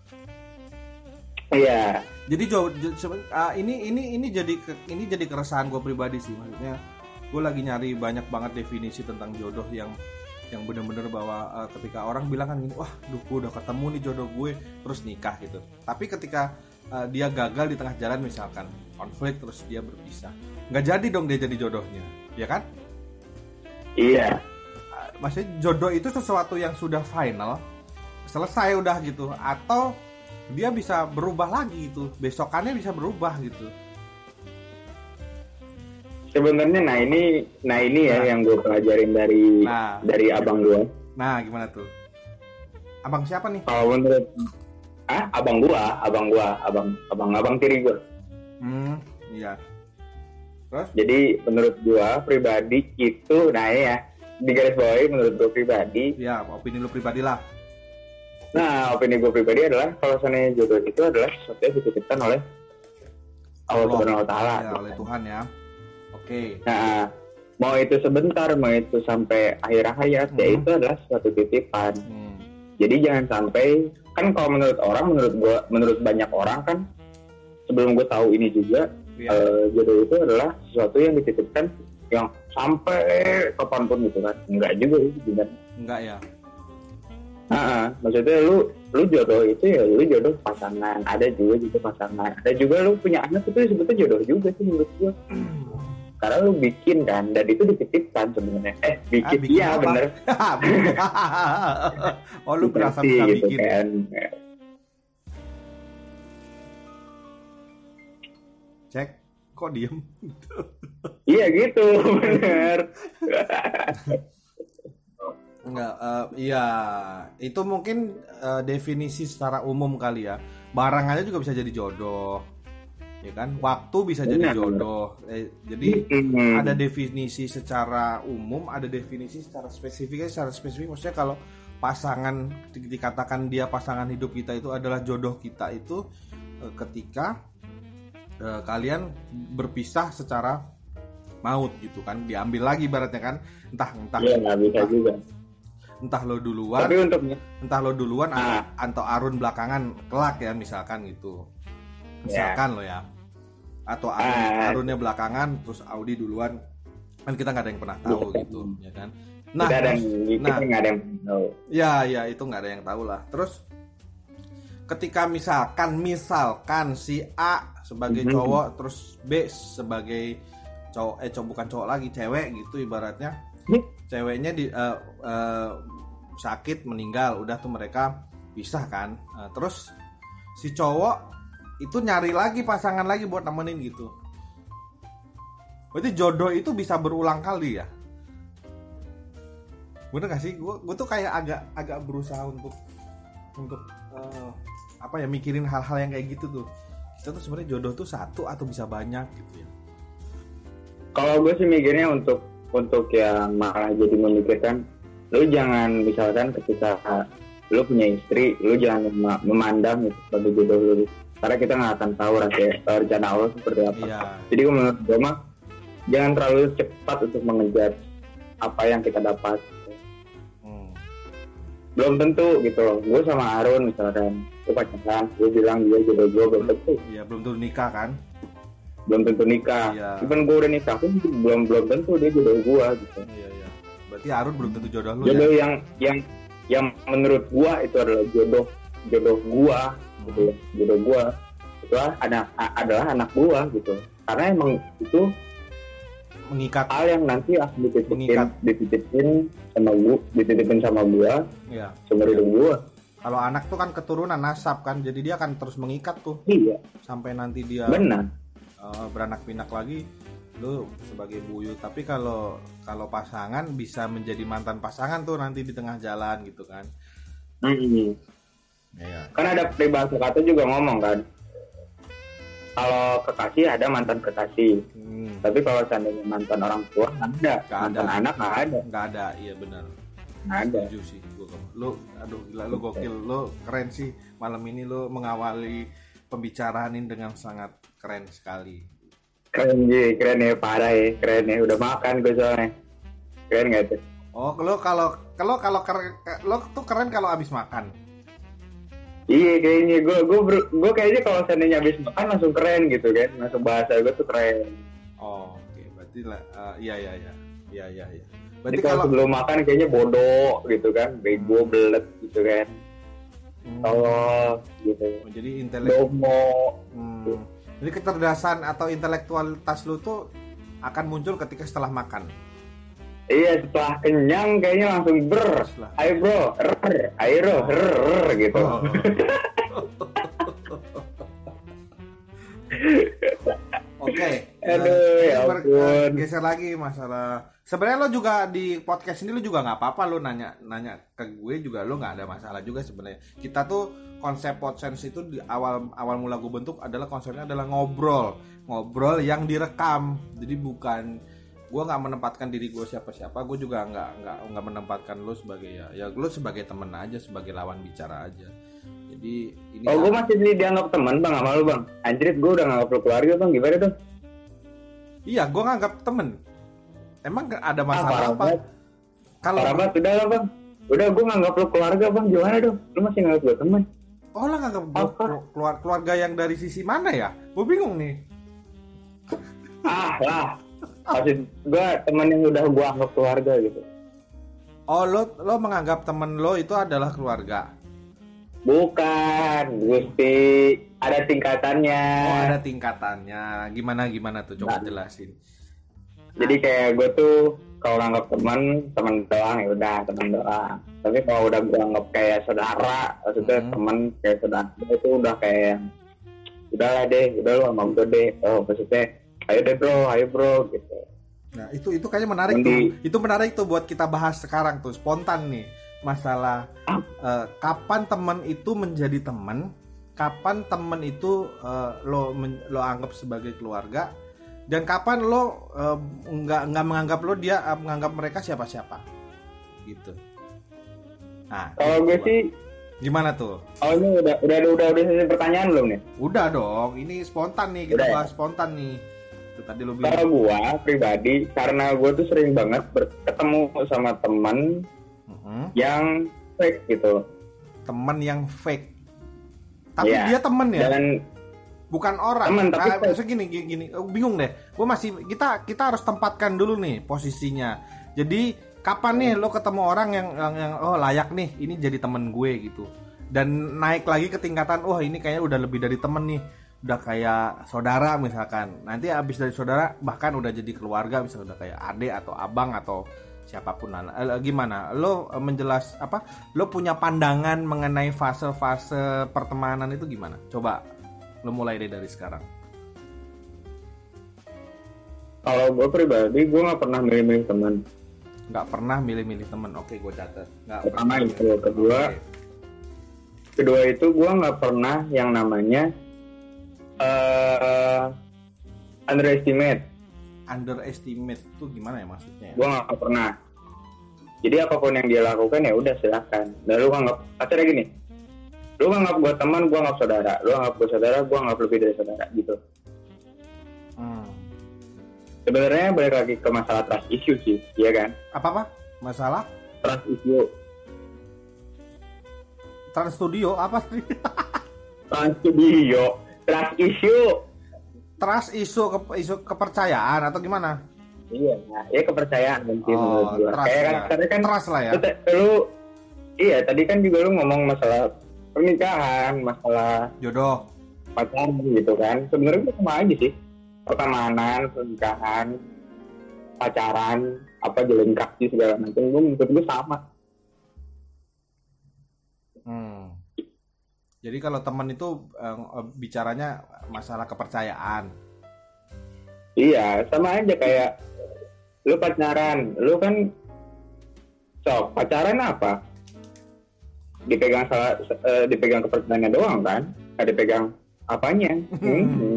Iya. Jadi jo, jo- seben- ah, ini ini ini jadi ke- ini jadi keresahan gue pribadi sih, maksudnya gue lagi nyari banyak banget definisi tentang jodoh yang yang benar-benar bahwa ah, ketika orang bilang kan gini, wah, duh, gue udah ketemu nih jodoh gue, terus nikah gitu. Tapi ketika ah, dia gagal di tengah jalan misalkan konflik terus dia berpisah, nggak jadi dong dia jadi jodohnya, ya kan? Iya. Ah, maksudnya jodoh itu sesuatu yang sudah final, selesai udah gitu, atau dia bisa berubah lagi gitu, besokannya bisa berubah gitu. Sebenarnya nah ini nah ini ya Nah. yang gue pelajarin dari Nah. dari abang gue. Nah, gimana tuh? Abang siapa nih? Kalau menurut ah abang gua, abang gua, abang abang abang tiri gua. Hmm, iya. Terus? Jadi menurut gua pribadi itu nah ya di garis bawahi menurut gua pribadi. Ya, opini lu pribadi lah. Nah opini gua pribadi adalah kalau seandainya jodoh itu adalah sesuatu yang dititipkan oleh Allah Subhanahu Wa Taala. Ya, oleh Tuhan ya. Oke. Nah mau itu sebentar, mau itu sampai akhir hayat, ya Hmm. itu adalah suatu titipan. Hmm. Jadi jangan sampai kan kalau menurut orang, menurut gua, menurut banyak orang kan sebelum gua tahu ini juga. Ya. Uh, jodoh itu adalah sesuatu yang dititipkan yang sampai kapanpun gitu kan. Enggak juga itu sebenarnya. Enggak ya. Nah, maksudnya lu lu jodoh itu ya lu jodoh pasangan. Ada juga juga pasangan. Ada juga lu punya anak itu sebetulnya jodoh juga sih menurut gua. Karena lu bikin kan dan itu dititipkan sebenarnya. Eh bikin, Ah, bikin iya apa? bener. Oh, lu berasa Dikasih bisa gitu bikin. kan. Cek, kok diem? Iya gitu bener. Enggak, uh, iya itu mungkin uh, definisi secara umum kali ya. Barang aja juga bisa jadi jodoh, ya kan? Waktu bisa jadi jodoh. Eh, jadi mm-hmm. ada definisi secara umum, ada definisi secara spesifik. Secara spesifik maksudnya kalau pasangan dikatakan dia pasangan hidup kita itu adalah jodoh kita itu uh, ketika uh, kalian berpisah secara maut gitu kan, diambil lagi ibaratnya kan, entah entah. Iya nggak bisa entah, juga. Entah lo duluan, tapi untuk entah lo duluan ah. atau Arun belakangan kelak ya misalkan gitu, misalkan yeah. lo ya, atau Arun, ah. Arunnya belakangan terus Audi duluan, kan kita nggak ada yang pernah tahu Bukan. gitu, ya kan? Nah, ada terus, yang, nah, nggak ada yang tahu. Ya, ya itu nggak ada yang tahu lah. Terus ketika misalkan, misalkan si A sebagai mm-hmm. cowok, terus B sebagai cowok, eh cowok bukan cowok lagi, cewek gitu ibaratnya. Ceweknya di uh, uh, sakit meninggal, udah tuh mereka pisah kan. Uh, terus si cowok itu nyari lagi pasangan lagi buat nemenin gitu. Berarti jodoh itu bisa berulang kali ya? Bener gak sih? Gue gue tuh kayak agak agak berusaha untuk untuk uh, apa ya mikirin hal-hal yang kayak gitu tuh. Kita tuh sebenarnya jodoh tuh satu atau bisa banyak gitu ya. Kalau gue sih mikirnya untuk untuk yang malah jadi memikirkan, lu jangan misalkan ketika lu punya istri, lu jangan mem- memandang itu sebagai jodoh lu, karena kita nggak akan tahu rasanya rencana Allah seperti apa. Iya. Jadi menurut gue mah jangan terlalu cepat untuk mengejar apa yang kita dapat. Hmm. Belum tentu gitu loh. Gue sama Arun misalkan, gue pacaran, gue bilang dia jodoh gue, belum tentu. Iya, belum tentu nikah kan? Belum tentu nikah. Iya. Even gue udah nikah pun belum belum tentu dia jodoh gue gitu. Iya iya. Berarti Arun belum tentu jodoh lu jodoh ya. yang yang yang menurut gue itu adalah jodoh jodoh gue hmm. gitu ya. Jodoh gue itu anak adalah anak gue gitu. Karena emang itu mengikat hal yang nanti akan dititipin dititipin sama gue, dititipin sama gue. Iya. Sama hidup gue. Kalau anak tuh kan keturunan nasab kan, jadi dia akan terus mengikat tuh. Iya. Sampai nanti dia benar. Uh, beranak pinak lagi lu sebagai buyut. Tapi kalau kalau pasangan bisa menjadi mantan pasangan tuh nanti di tengah jalan gitu kan. Mm-hmm. Ya. Kan ada peribahasa kata juga ngomong kan, kalau kekasih ada mantan kekasih. Hmm. Tapi kalau seandainya mantan orang tua nggak ada, gak mantan ada. anak nggak ada. Nggak ada, iya benar. Nggak ada. Setuju sih, lu, aduh gila lu gokil, lu keren sih malam ini lu mengawali pembicaraan ini dengan sangat keren sekali. Keren sih, keren ya, parah ya, keren ya. Udah makan gue soalnya. Keren nggak tuh? Oh, lo kalau kalau kalau lo tuh keren kalau abis makan. Iya kayaknya gue gue gue kayaknya kalau seandainya abis makan langsung keren gitu kan, langsung bahasa gue tuh keren. Oh, oke, okay. Berarti lah, uh, iya iya iya, iya iya iya. Berarti kalau sebelum makan kayaknya bodoh gitu kan, bego, belet gitu kan. Hmm. Oh, gitu. Oh, jadi intelek. Domo. Hmm. Jadi kecerdasan atau intelektualitas lu tuh akan muncul ketika setelah makan. Iya, setelah kenyang kayaknya langsung ber. Ayo bro, rrr, ayo bro, rrr, gitu. Oh. Oke. Okay. Aduh, ya ampun. Geser lagi masalah. Sebenarnya lo juga di podcast ini lo juga nggak apa-apa lo nanya nanya ke gue juga lo nggak ada masalah juga sebenarnya. Kita tuh konsep Podsense itu di awal awal mula gue bentuk adalah konsepnya adalah ngobrol, ngobrol yang direkam. Jadi bukan gue nggak menempatkan diri gue siapa-siapa, gue juga nggak nggak nggak menempatkan lo sebagai ya ya lo sebagai temen aja, sebagai lawan bicara aja. Jadi ini oh gue masih dianggap teman bang, sama lo bang. Anjrit, gue udah nganggap lo keluarga bang, gimana tuh? Iya, gue nganggap temen. Emang ada masalah ah, apa? Kalau apa udah lah bang, udah gue nganggap lo keluarga bang, gimana tuh? Lo masih nganggap gue teman? Oh lo nganggap gue keluar keluarga yang dari sisi mana ya? Gue bingung nih. Ah lah. Maksud gue teman yang udah gue anggap keluarga gitu. Oh lo lo menganggap temen lo itu adalah keluarga? Bukan, Gusti, ada tingkatannya. Oh ada tingkatannya. Gimana gimana tuh? Coba nah, jelasin. Jadi kayak gue tuh kalau anggap teman teman doang ya udah teman doang. Tapi kalau udah gue anggap kayak saudara, maksudnya hmm. teman kayak saudara itu udah kayak udahlah deh, udah lo sama gue deh. Oh maksudnya ayo deh bro, ayo bro gitu. Nah itu itu kayaknya menarik Nanti, tuh. Itu menarik tuh buat kita bahas sekarang tuh, spontan nih. Masalah ah. uh, kapan teman itu menjadi teman, kapan teman itu uh, lo men, lo anggap sebagai keluarga, dan kapan lo uh, nggak nggak menganggap lo dia uh, menganggap mereka siapa-siapa gitu. Nah kalau gue sih gimana tuh? Oh ini udah udah udah udah udah selesai pertanyaan belum nih? Udah dong, ini spontan nih, kita udah, bahas ya? spontan nih. Itu tadi lo bilang. Kalau gue pribadi, karena gue tuh sering banget ber- ketemu sama teman uh-huh. yang fake gitu. Teman yang fake. Tapi ya, dia temen ya, dan bukan orang. Temen, tapi nah, maksudnya gini, gini, gini, bingung deh. Gue masih kita kita harus tempatkan dulu nih posisinya. Jadi kapan nih lo ketemu orang yang yang, yang oh layak nih, ini jadi temen gue gitu. Dan naik lagi ke tingkatan, wah oh, ini kayaknya udah lebih dari temen nih, udah kayak saudara misalkan. Nanti abis dari saudara bahkan udah jadi keluarga, misalnya udah kayak adik atau abang atau siapapun. Eh, gimana lo menjelas apa lo punya pandangan mengenai fase-fase pertemanan itu gimana? Coba lo mulai deh dari sekarang. Kalau gue pribadi, gue nggak pernah milih-milih teman. Nggak pernah milih-milih teman. Oke, gue catat. Nggak pertama pernah. itu. Kedua, okay. kedua itu gue nggak pernah yang namanya uh, underestimate. Underestimate tuh gimana ya maksudnya? Gue nggak pernah. Jadi apapun yang dia lakukan ya udah silakan. Dan lu nganggap, acaranya gini, lu nganggap gue teman, gue nganggap saudara. Lu nganggap gue saudara, gue nganggap lebih dari saudara gitu. Hmm. Sebenarnya balik lagi ke masalah trust issue sih, iya kan? Apa apa? Masalah? Trust issue. Trans studio apa sih? Trust studio. Trust issue. Trust isu ke, isu kepercayaan atau gimana? Iya, ya kepercayaan mungkin oh, menurut gue. Kayak kan, tadi kan trust lah ya. Lu, iya tadi kan juga lu ngomong masalah pernikahan, masalah jodoh, pacaran gitu kan. Sebenarnya itu sama aja sih. Pertemanan, pernikahan, pacaran, apa jalan kaki segala macam. Gue menurut gue sama. Hmm. Jadi kalau teman itu eh, bicaranya masalah kepercayaan. Iya, sama aja kayak lu pacaran, lu kan sok pacaran apa? Dipegang salah, uh, dipegang kepercayaannya doang kan? Nggak dipegang apanya? Hmm.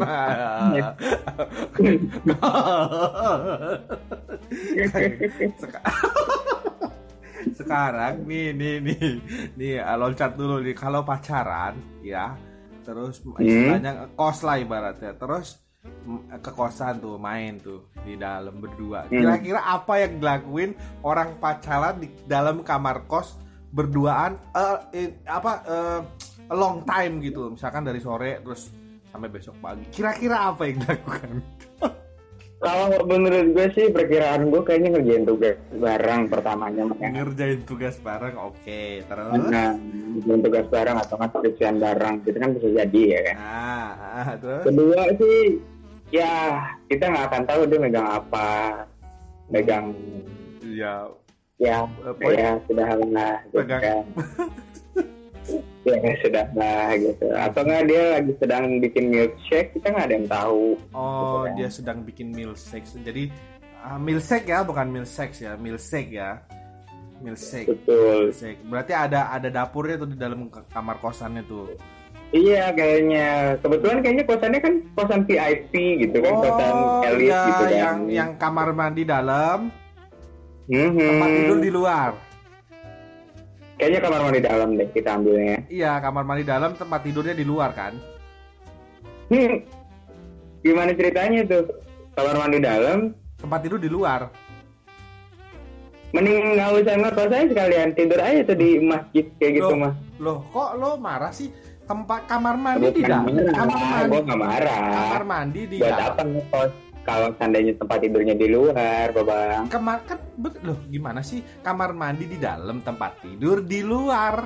Sekarang nih nih nih nih loncat dulu nih, kalau pacaran ya terus istilahnya hmm. kos lah ibaratnya, terus ke kosan tuh main tuh di dalam berdua. Kira-kira apa yang dilakuin orang pacaran di dalam kamar kos berduaan uh, eh, apa uh, a long time gitu, misalkan dari sore terus sampai besok pagi. Kira-kira apa yang dilakukan? Kalau menurut gue sih perkiraan gue kayaknya ngerjain tugas bareng pertamanya makanya. Ngerjain tugas bareng, oke. Okay. Terus? Nah, ngerjain tugas bareng atau nggak skripsian bareng, itu kan bisa jadi ya kan. Ah, ah, terus? Kedua sih, ya kita nggak akan tahu dia megang apa, megang. Ya. Ya, uh, ya sudah lah, gitu kan. Ya sudah lah gitu. Atau nggak dia lagi sedang bikin milkshake, kita nggak ada yang tahu. Oh gitu kan. Dia sedang bikin milkshake. Jadi uh, milkshake ya, bukan milkshake ya, milkshake ya, milkshake. Betul. Milkshake. Berarti ada ada dapurnya tuh di dalam kamar kosannya tuh. Iya kayaknya. Kebetulan kayaknya kosannya kan kosan V I P gitu kan, oh, kosan elit iya, gitu kan. Yang yang kamar mandi dalam, mm-hmm. tempat tidur di luar. Kayaknya kamar mandi dalam deh kita ambilnya. Iya, kamar mandi dalam, tempat tidurnya di luar kan? Hmm. Gimana ceritanya tuh? Kamar mandi dalam, tempat tidur di luar. Mending nggak usah ngekos aja sekalian, tidur aja tuh di masjid kayak gitu mah. Loh, kok lo marah sih? Tempat kamar mandi di dalam. Kamar mandi. Gue nggak marah. Kamar mandi di dalam. Buat dalam. apa ngekos? Kalau seandainya tempat tidurnya di luar, Babang. Kamar kan bet- loh gimana sih? Kamar mandi di dalam, tempat tidur di luar.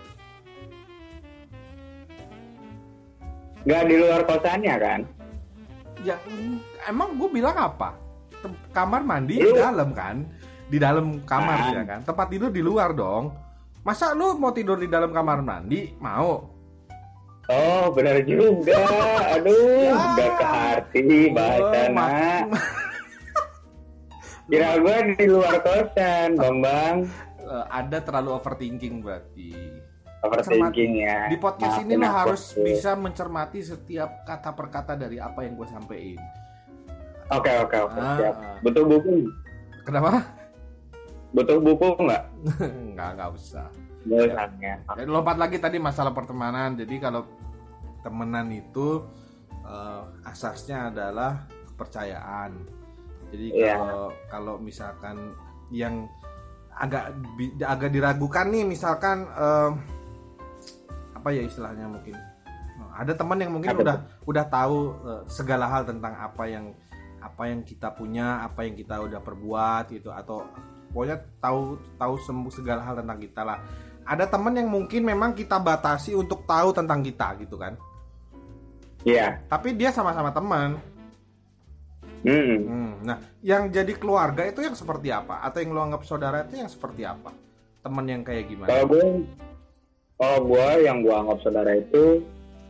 Gak di luar kosannya kan? Ya emang gue bilang apa? Tem- kamar mandi lu... di dalam kan? Di dalam kamar nah. Ya kan? Tempat tidur di luar dong. Masa lu mau tidur di dalam kamar mandi? Mau? Oh benar juga. Aduh ya. Udah ke hati bahasa oh, nak. Kira gue di luar kosan, Bambang. Uh, ada terlalu overthinking berarti. Overthinking ya. Di podcast Maafin ini lo aku, harus tuh. bisa mencermati setiap kata per kata dari apa yang gue sampein. Oke oke oke Ah, siap. ah. Butuh buku? Kenapa? Butuh buku nggak? Enggak, enggak usah. Nggak usah ya. Ya, lompat lagi tadi masalah pertemanan. Jadi kalau temenan itu uh, asasnya adalah kepercayaan. Jadi Iya. kalau kalau misalkan yang agak bi- agak diragukan nih, misalkan uh, apa ya istilahnya mungkin ada teman yang mungkin Apa udah udah tahu uh, segala hal tentang apa yang apa yang kita punya, apa yang kita udah perbuat gitu, atau pokoknya tahu tahu semua segala hal tentang kita lah. Ada teman yang mungkin memang kita batasi untuk tahu tentang kita gitu kan. Iya. Tapi dia sama-sama teman. Hmm. Hmm, nah, yang jadi keluarga itu yang seperti apa? Atau yang lo anggap saudara itu yang seperti apa? Teman yang kayak gimana? Kalau gue, kalau gue yang gue anggap saudara itu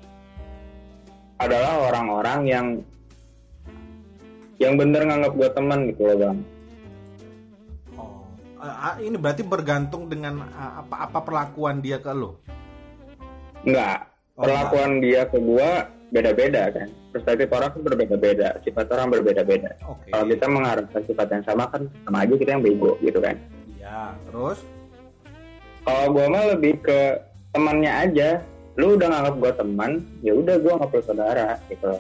adalah orang-orang yang yang bener nganggap gue teman gitu loh bang. Oh, uh, ini berarti bergantung dengan uh, apa-apa perlakuan dia ke lo? Enggak. Oh, Perlakuan dia ke gue beda-beda kan. Perspektif orang kan berbeda-beda, sifat orang berbeda-beda. Oke. Kalau kita mengharapkan sifat yang sama kan sama aja kita yang bego gitu kan. Iya, terus? Kalau gue mah lebih ke temannya aja. Lu udah nganggap gue teman, ya udah gue nganggap lu saudara gitu.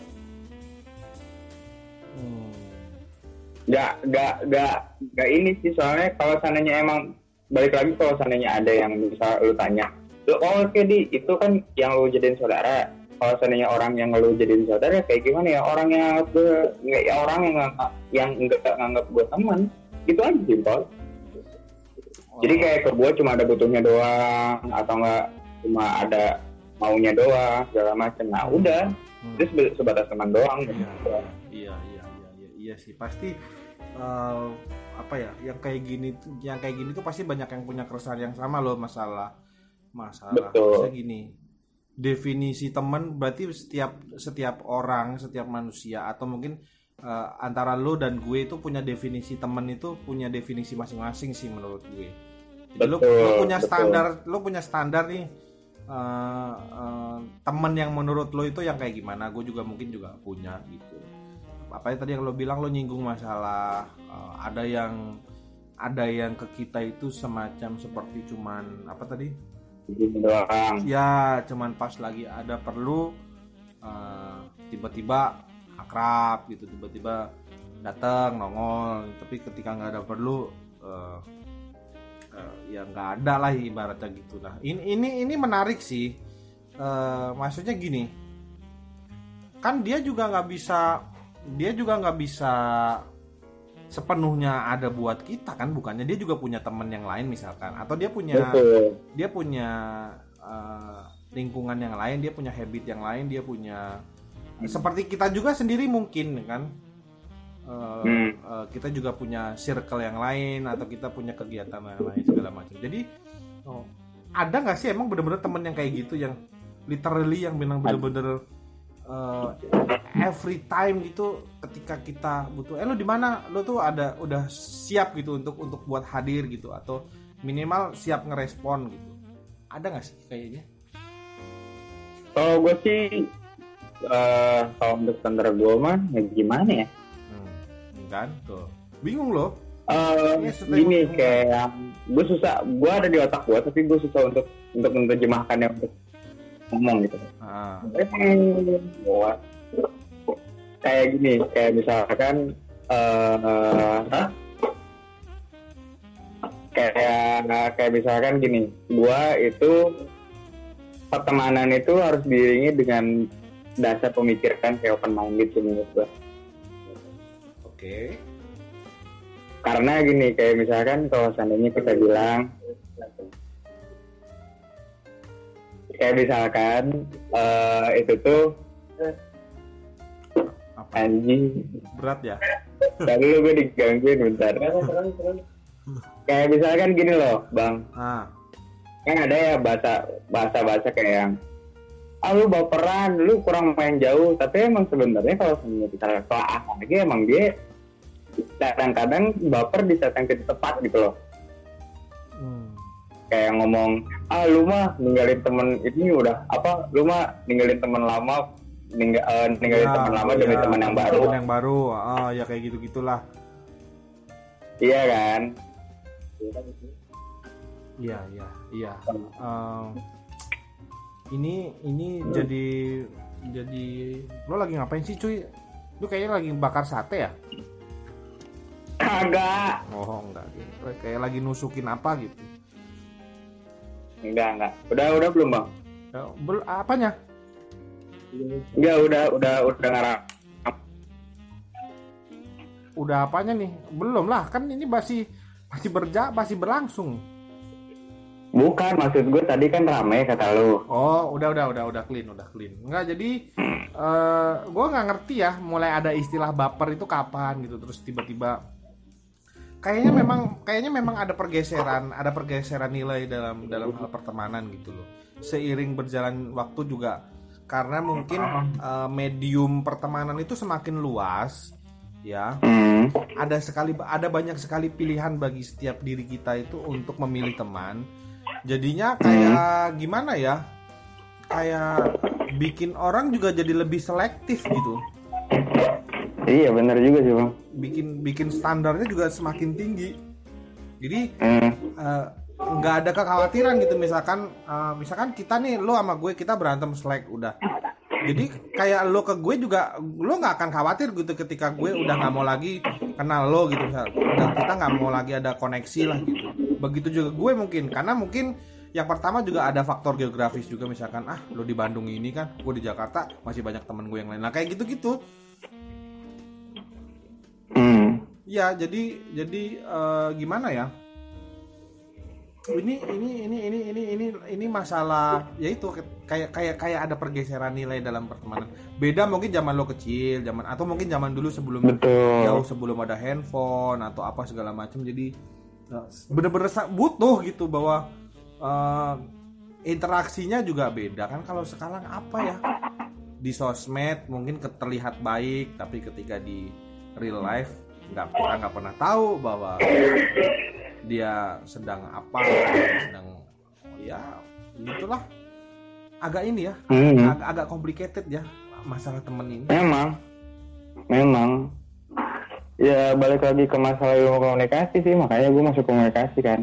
Hmm. Gak, gak, gak, gak ini sih soalnya kalau seandainya emang balik lagi kalau seandainya ada yang bisa lu tanya, lu oh oke di itu kan yang lu jadiin saudara. Kalau seandainya orang yang lu jadiin saudara kayak gimana ya orang yang nganggap gue, nggak ya orang yang nganggap, yang enggak nganggap gue teman, gitu aja simpel. Jadi kayak ke gue cuma ada butuhnya doang atau enggak cuma ada maunya doang segala macam. Nah udah, Hmm. itu sebatas teman doang. Iya, iya, iya, iya, iya, iya sih pasti uh, apa ya, yang kayak gini, yang kayak gini tuh pasti banyak yang punya keresahan yang sama loh masalah, masalah. Betul. Maksudnya gini, definisi teman berarti setiap setiap orang, setiap manusia atau mungkin uh, antara lo dan gue itu punya definisi teman itu punya definisi masing-masing sih menurut gue. Jadi lo, lo punya betul. standar, lo punya standar nih. Uh, uh, temen yang menurut lo itu yang kayak gimana, gue juga mungkin juga punya gitu. Apa yang tadi yang lo bilang, lo nyinggung masalah uh, ada yang ada yang ke kita itu semacam seperti cuman apa tadi Gitu doang. ya cuman pas lagi ada perlu uh, tiba-tiba akrab gitu, tiba-tiba datang nongol, tapi ketika nggak ada perlu uh, Uh, ya nggak ada lah ibaratnya gitu. Nah ini ini ini menarik sih, uh, maksudnya gini, kan dia juga nggak bisa dia juga nggak bisa sepenuhnya ada buat kita kan, bukannya dia juga punya teman yang lain misalkan, atau dia punya Betul. dia punya uh, lingkungan yang lain, dia punya habit yang lain, dia punya seperti kita juga sendiri mungkin kan. Uh, Hmm. uh, kita juga punya circle yang lain atau kita punya kegiatan yang lain segala macam. Jadi oh, ada nggak sih emang bener-bener temen yang kayak gitu yang literally yang memang bener-bener uh, every time gitu ketika kita butuh, eh lu di mana, lu tuh ada udah siap gitu untuk untuk buat hadir gitu atau minimal siap ngerespon gitu. Ada nggak sih kayaknya? Kalau gue sih uh, kalau untuk standar gue mah ya gimana ya? Kan tuh bingung loh. Uh, Ya, setelah gini ngomong. kayak gue susah, gue ada di otak gue tapi gue susah untuk untuk menerjemahkannya untuk ngomong gitu. Ah. Buat kayak gini, kayak misalkan uh, huh? kayak kayak misalkan gini, gue itu pertemanan itu harus diiringi dengan dasar pemikiran kayak open minded sih menurut gue. Oke. Karena gini, kayak misalkan kalau seandainya kita bilang kayak misalkan uh, itu tuh Apa? anjing Berat ya? tadi lu gue digangguin bentar. Kayak misalkan gini loh bang, Ah. kan ada ya bahasa bahasa bahasa kayak yang ah lu baperan, lu kurang main jauh, tapi emang sebenarnya kalau sebenarnya kita telah lagi emang dia kadang-kadang baper di saat yang tidak tepat gitu loh. Hmm. Kayak ngomong, ah lu mah ninggalin temen ini udah apa, lu mah ninggalin temen lama, ninggal, uh, ninggalin Ya, temen lama oh demi ya, temen yang baru. Temen yang baru, ah ya kayak gitu gitulah. Iya kan? Iya iya iya. Um, ini ini jadi jadi lo lagi ngapain sih cuy? Lu kayaknya lagi bakar sate ya? Kagak. Oh enggak gitu. Kayak lagi nusukin apa gitu. Enggak, enggak. Udah, udah belum, Bang? Ya, bel- apanya? Enggak, udah, udah, udah ngarang. Udah apanya nih? Belum lah, kan ini masih masih berja masih berlangsung. Bukan, maksud gue tadi kan rame kata lu. Oh, udah udah udah udah clean, udah clean. Enggak, jadi uh, gue nggak ngerti ya, mulai ada istilah baper itu kapan gitu, terus tiba-tiba kayaknya memang kayaknya memang ada pergeseran, ada pergeseran nilai dalam dalam hal pertemanan gitu loh. Seiring berjalan waktu juga karena mungkin uh, medium pertemanan itu semakin luas ya. Hmm. Ada sekali ada banyak sekali pilihan bagi setiap diri kita itu untuk memilih teman. Jadinya kayak gimana ya? Kayak bikin orang juga jadi lebih selektif gitu. Iya benar juga sih Bang. Bikin bikin standarnya juga semakin tinggi. Jadi Hmm. uh, nggak ada kekhawatiran gitu, misalkan uh, misalkan kita nih, lo sama gue kita berantem selek udah. Jadi kayak lo ke gue juga lo nggak akan khawatir gitu ketika gue udah nggak mau lagi kenal lo gitu, udah kita nggak mau lagi ada koneksi lah gitu. Begitu juga gue mungkin, karena mungkin yang pertama juga ada faktor geografis juga, misalkan ah lo di Bandung ini kan, gue di Jakarta, masih banyak temen gue yang lain. Nah kayak gitu-gitu. Hmm. Ya jadi jadi uh, gimana ya? Ini ini ini ini ini ini ini masalah yaitu kayak kayak kayak ada pergeseran nilai dalam pertemanan. Beda mungkin zaman lo kecil, zaman atau mungkin zaman dulu sebelum Betul. jauh sebelum ada handphone atau apa segala macam. Jadi bener-bener butuh gitu bahwa uh, interaksinya juga beda kan. Kalau sekarang apa ya, di sosmed mungkin terlihat baik, tapi ketika di real life nggak kita nggak pernah tahu bahwa dia sedang apa, sedang oh ya gitulah, agak ini ya, Hmm. agak agak complicated ya masalah temen ini. Memang, memang. Ya balik lagi ke masalah ilmu komunikasi sih, makanya gue masuk komunikasi kan.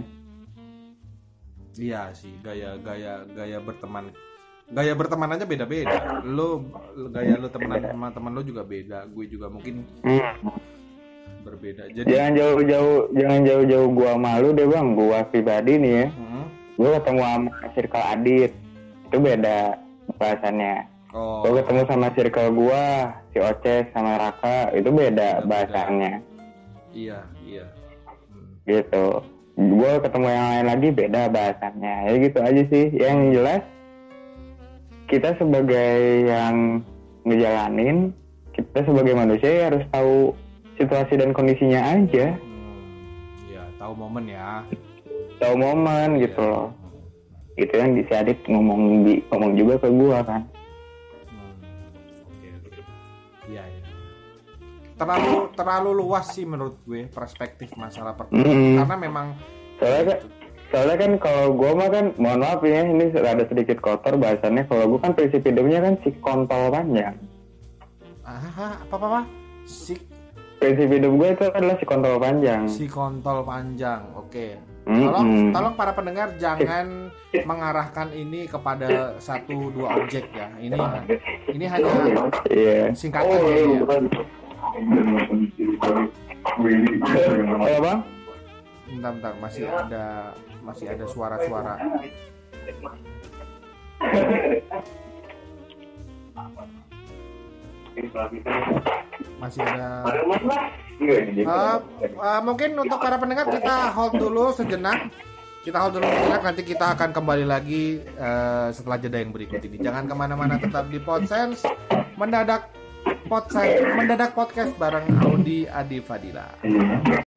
Iya sih, gaya gaya gaya berteman, gaya berteman aja beda-beda. Lo gaya lo temenan sama teman lo juga beda, gue juga mungkin Hmm. berbeda. Jadi Jangan jauh-jauh, jangan jauh-jauh gua malu deh Bang. Gua pribadi nih ya, hmm, gua ketemu sama circle Adit, itu beda bahasannya. oh Gua ketemu sama circle gua, si Oces sama Raka, itu beda Beda-beda. bahasannya. iya iya. Hmm. Gitu. Gua ketemu yang lain lagi beda bahasannya. Ya gitu aja sih. Yang jelas kita sebagai yang ngejalanin, kita sebagai manusia ya harus tahu situasi dan kondisinya aja, Hmm, ya tahu momen ya. tahu momen gitu loh. Itu yang di si Adit ngomong di ngomong juga ke gua kan. Hmm, oke oke. Iya iya. Terlalu terlalu luas sih menurut gue perspektif masalah pertemanan, Mm-mm. karena memang Soalnya kan, soalnya kan kalau gua mah kan, mohon maaf ya, ini rada sedikit kotor bahasannya. Kalau gua kan prinsip hidupnya kan si kontol panjang. ah apa apa apa si Prinsip hidup gue itu adalah si kontol panjang. si kontol panjang. Oke. Mm-mm. Tolong tolong para pendengar jangan mengarahkan ini kepada satu dua objek ya. Ini ini hanya Iya. singkatan ya. Ayo Bang. Bentar bentar masih ada masih ada suara-suara. Masih ada. Uh, uh, mungkin untuk para pendengar kita hold dulu sejenak. Kita hold dulu sejenak, nanti kita akan kembali lagi uh, setelah jeda yang berikut ini. Jangan kemana-mana, tetap di Podsense mendadak Podsense mendadak podcast bareng Audi Adi Fadila.